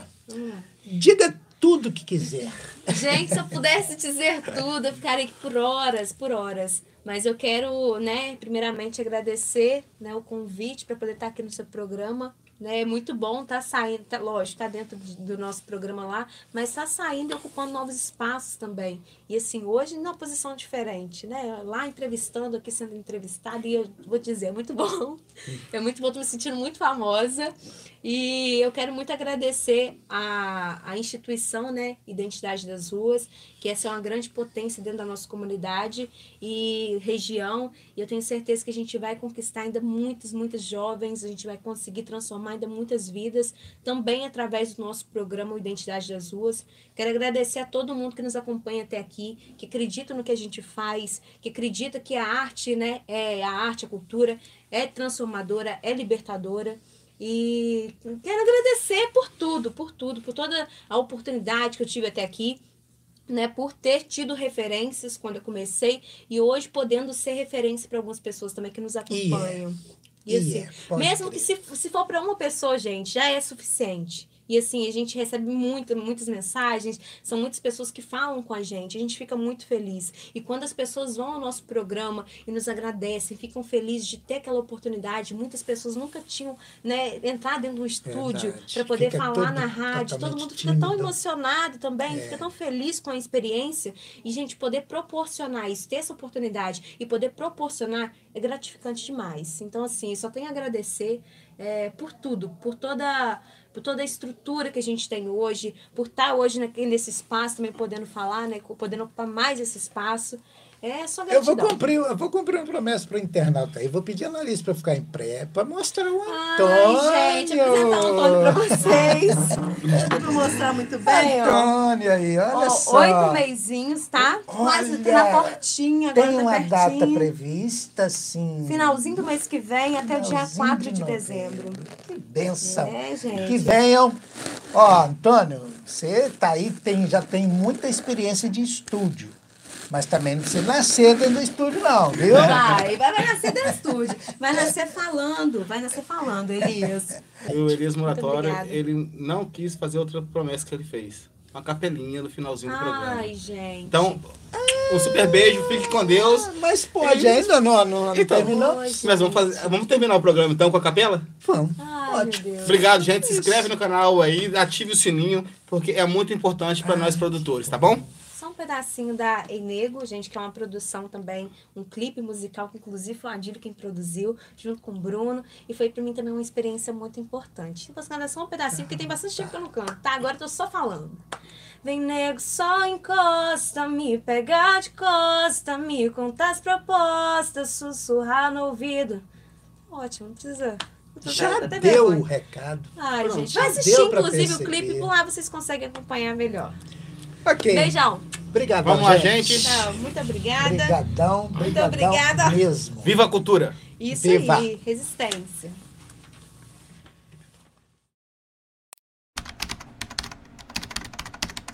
Diga tudo o que quiser. Gente, se eu pudesse dizer tudo, eu ficaria aqui por horas. Mas eu quero, primeiramente agradecer, o convite para poder estar aqui no seu programa. né? É muito bom tá saindo, lógico, tá dentro do nosso programa lá, mas tá saindo e ocupando novos espaços também. E assim, hoje numa posição diferente, né? Lá entrevistando, aqui sendo entrevistada, e eu vou dizer, é muito bom. É muito bom, tô me sentindo muito famosa. E eu quero muito agradecer a instituição, né, Identidade das Ruas, que essa é uma grande potência dentro da nossa comunidade e região. E eu tenho certeza que a gente vai conquistar ainda muitos jovens, a gente vai conseguir transformar ainda muitas vidas, também através do nosso programa Identidade das Ruas. Quero agradecer a todo mundo que nos acompanha até aqui, que acredita no que a gente faz, que acredita que a arte, né, a cultura, é transformadora, é libertadora. E quero agradecer por tudo, por toda a oportunidade que eu tive até aqui, né, por ter tido referências quando eu comecei e hoje podendo ser referência para algumas pessoas também que nos acompanham. E assim, mesmo que se for para uma pessoa, gente, já é suficiente. E assim, a gente recebe muitas mensagens, são muitas pessoas que falam com a gente fica muito feliz. E quando as pessoas vão ao nosso programa e nos agradecem, ficam felizes de ter aquela oportunidade, muitas pessoas nunca tinham, né, entrado dentro do estúdio para poder falar na rádio, todo mundo fica tão emocionado também, fica tão feliz com a experiência. E, gente, poder proporcionar isso, ter essa oportunidade e poder proporcionar é gratificante demais. Então, assim, eu só tenho a agradecer por tudo, por toda a estrutura que a gente tem hoje, por estar hoje nesse espaço também podendo falar, né, podendo ocupar mais esse espaço. É só gratidão. Eu vou cumprir uma promessa para o internauta aí. Vou pedir a Larissa para ficar em pré, para mostrar o Antônio. Ai, gente, apresentar o Antônio para vocês. Para mostrar muito bem, Antônio aí, olha só. 8 meizinhos, tá? Quase na portinha. Agora tem tá uma pertinho. data prevista, sim. Finalzinho do mês que vem, até o dia 4 de dezembro. Que bênção. Gente. Que venham. Ó, Antônio, você tá aí, já tem muita experiência de estúdio. Mas também não precisa nascer dentro do estúdio, não, viu? Vai nascer dentro do estúdio. Vai nascer falando, Elias. O Elias Muratório, ele não quis fazer outra promessa que ele fez. Uma capelinha no finalzinho do programa. Ai, gente. Então, um super beijo, fique com Deus. Mas pode, ainda não então, terminou? Mas vamos terminar o programa então com a capela? Vamos. Ai, meu Deus. Obrigado, gente. Se inscreve no canal aí, ative o sininho, porque é muito importante para nós produtores, tá bom? Só um pedacinho da Enego, gente, que é uma produção também, um clipe musical, que inclusive foi o Adílio quem produziu, junto com o Bruno, e foi para mim também uma experiência muito importante. Vou cantar só um pedacinho, porque tem bastante tempo que eu não canto, tá? Agora eu tô só falando. Vem, nego, só encosta, me pegar de costa, me contar as propostas, sussurrar no ouvido. Ótimo, não precisa... Já deu o recado. Ai, Pronto, gente, vai assistir, inclusive, o clipe, por lá vocês conseguem acompanhar melhor. Ok. Beijão. Obrigado, vamos lá, gente. Tchau, muito obrigada. Obrigadão Muito obrigada mesmo. Viva a cultura! Isso Viva. aí, resistência.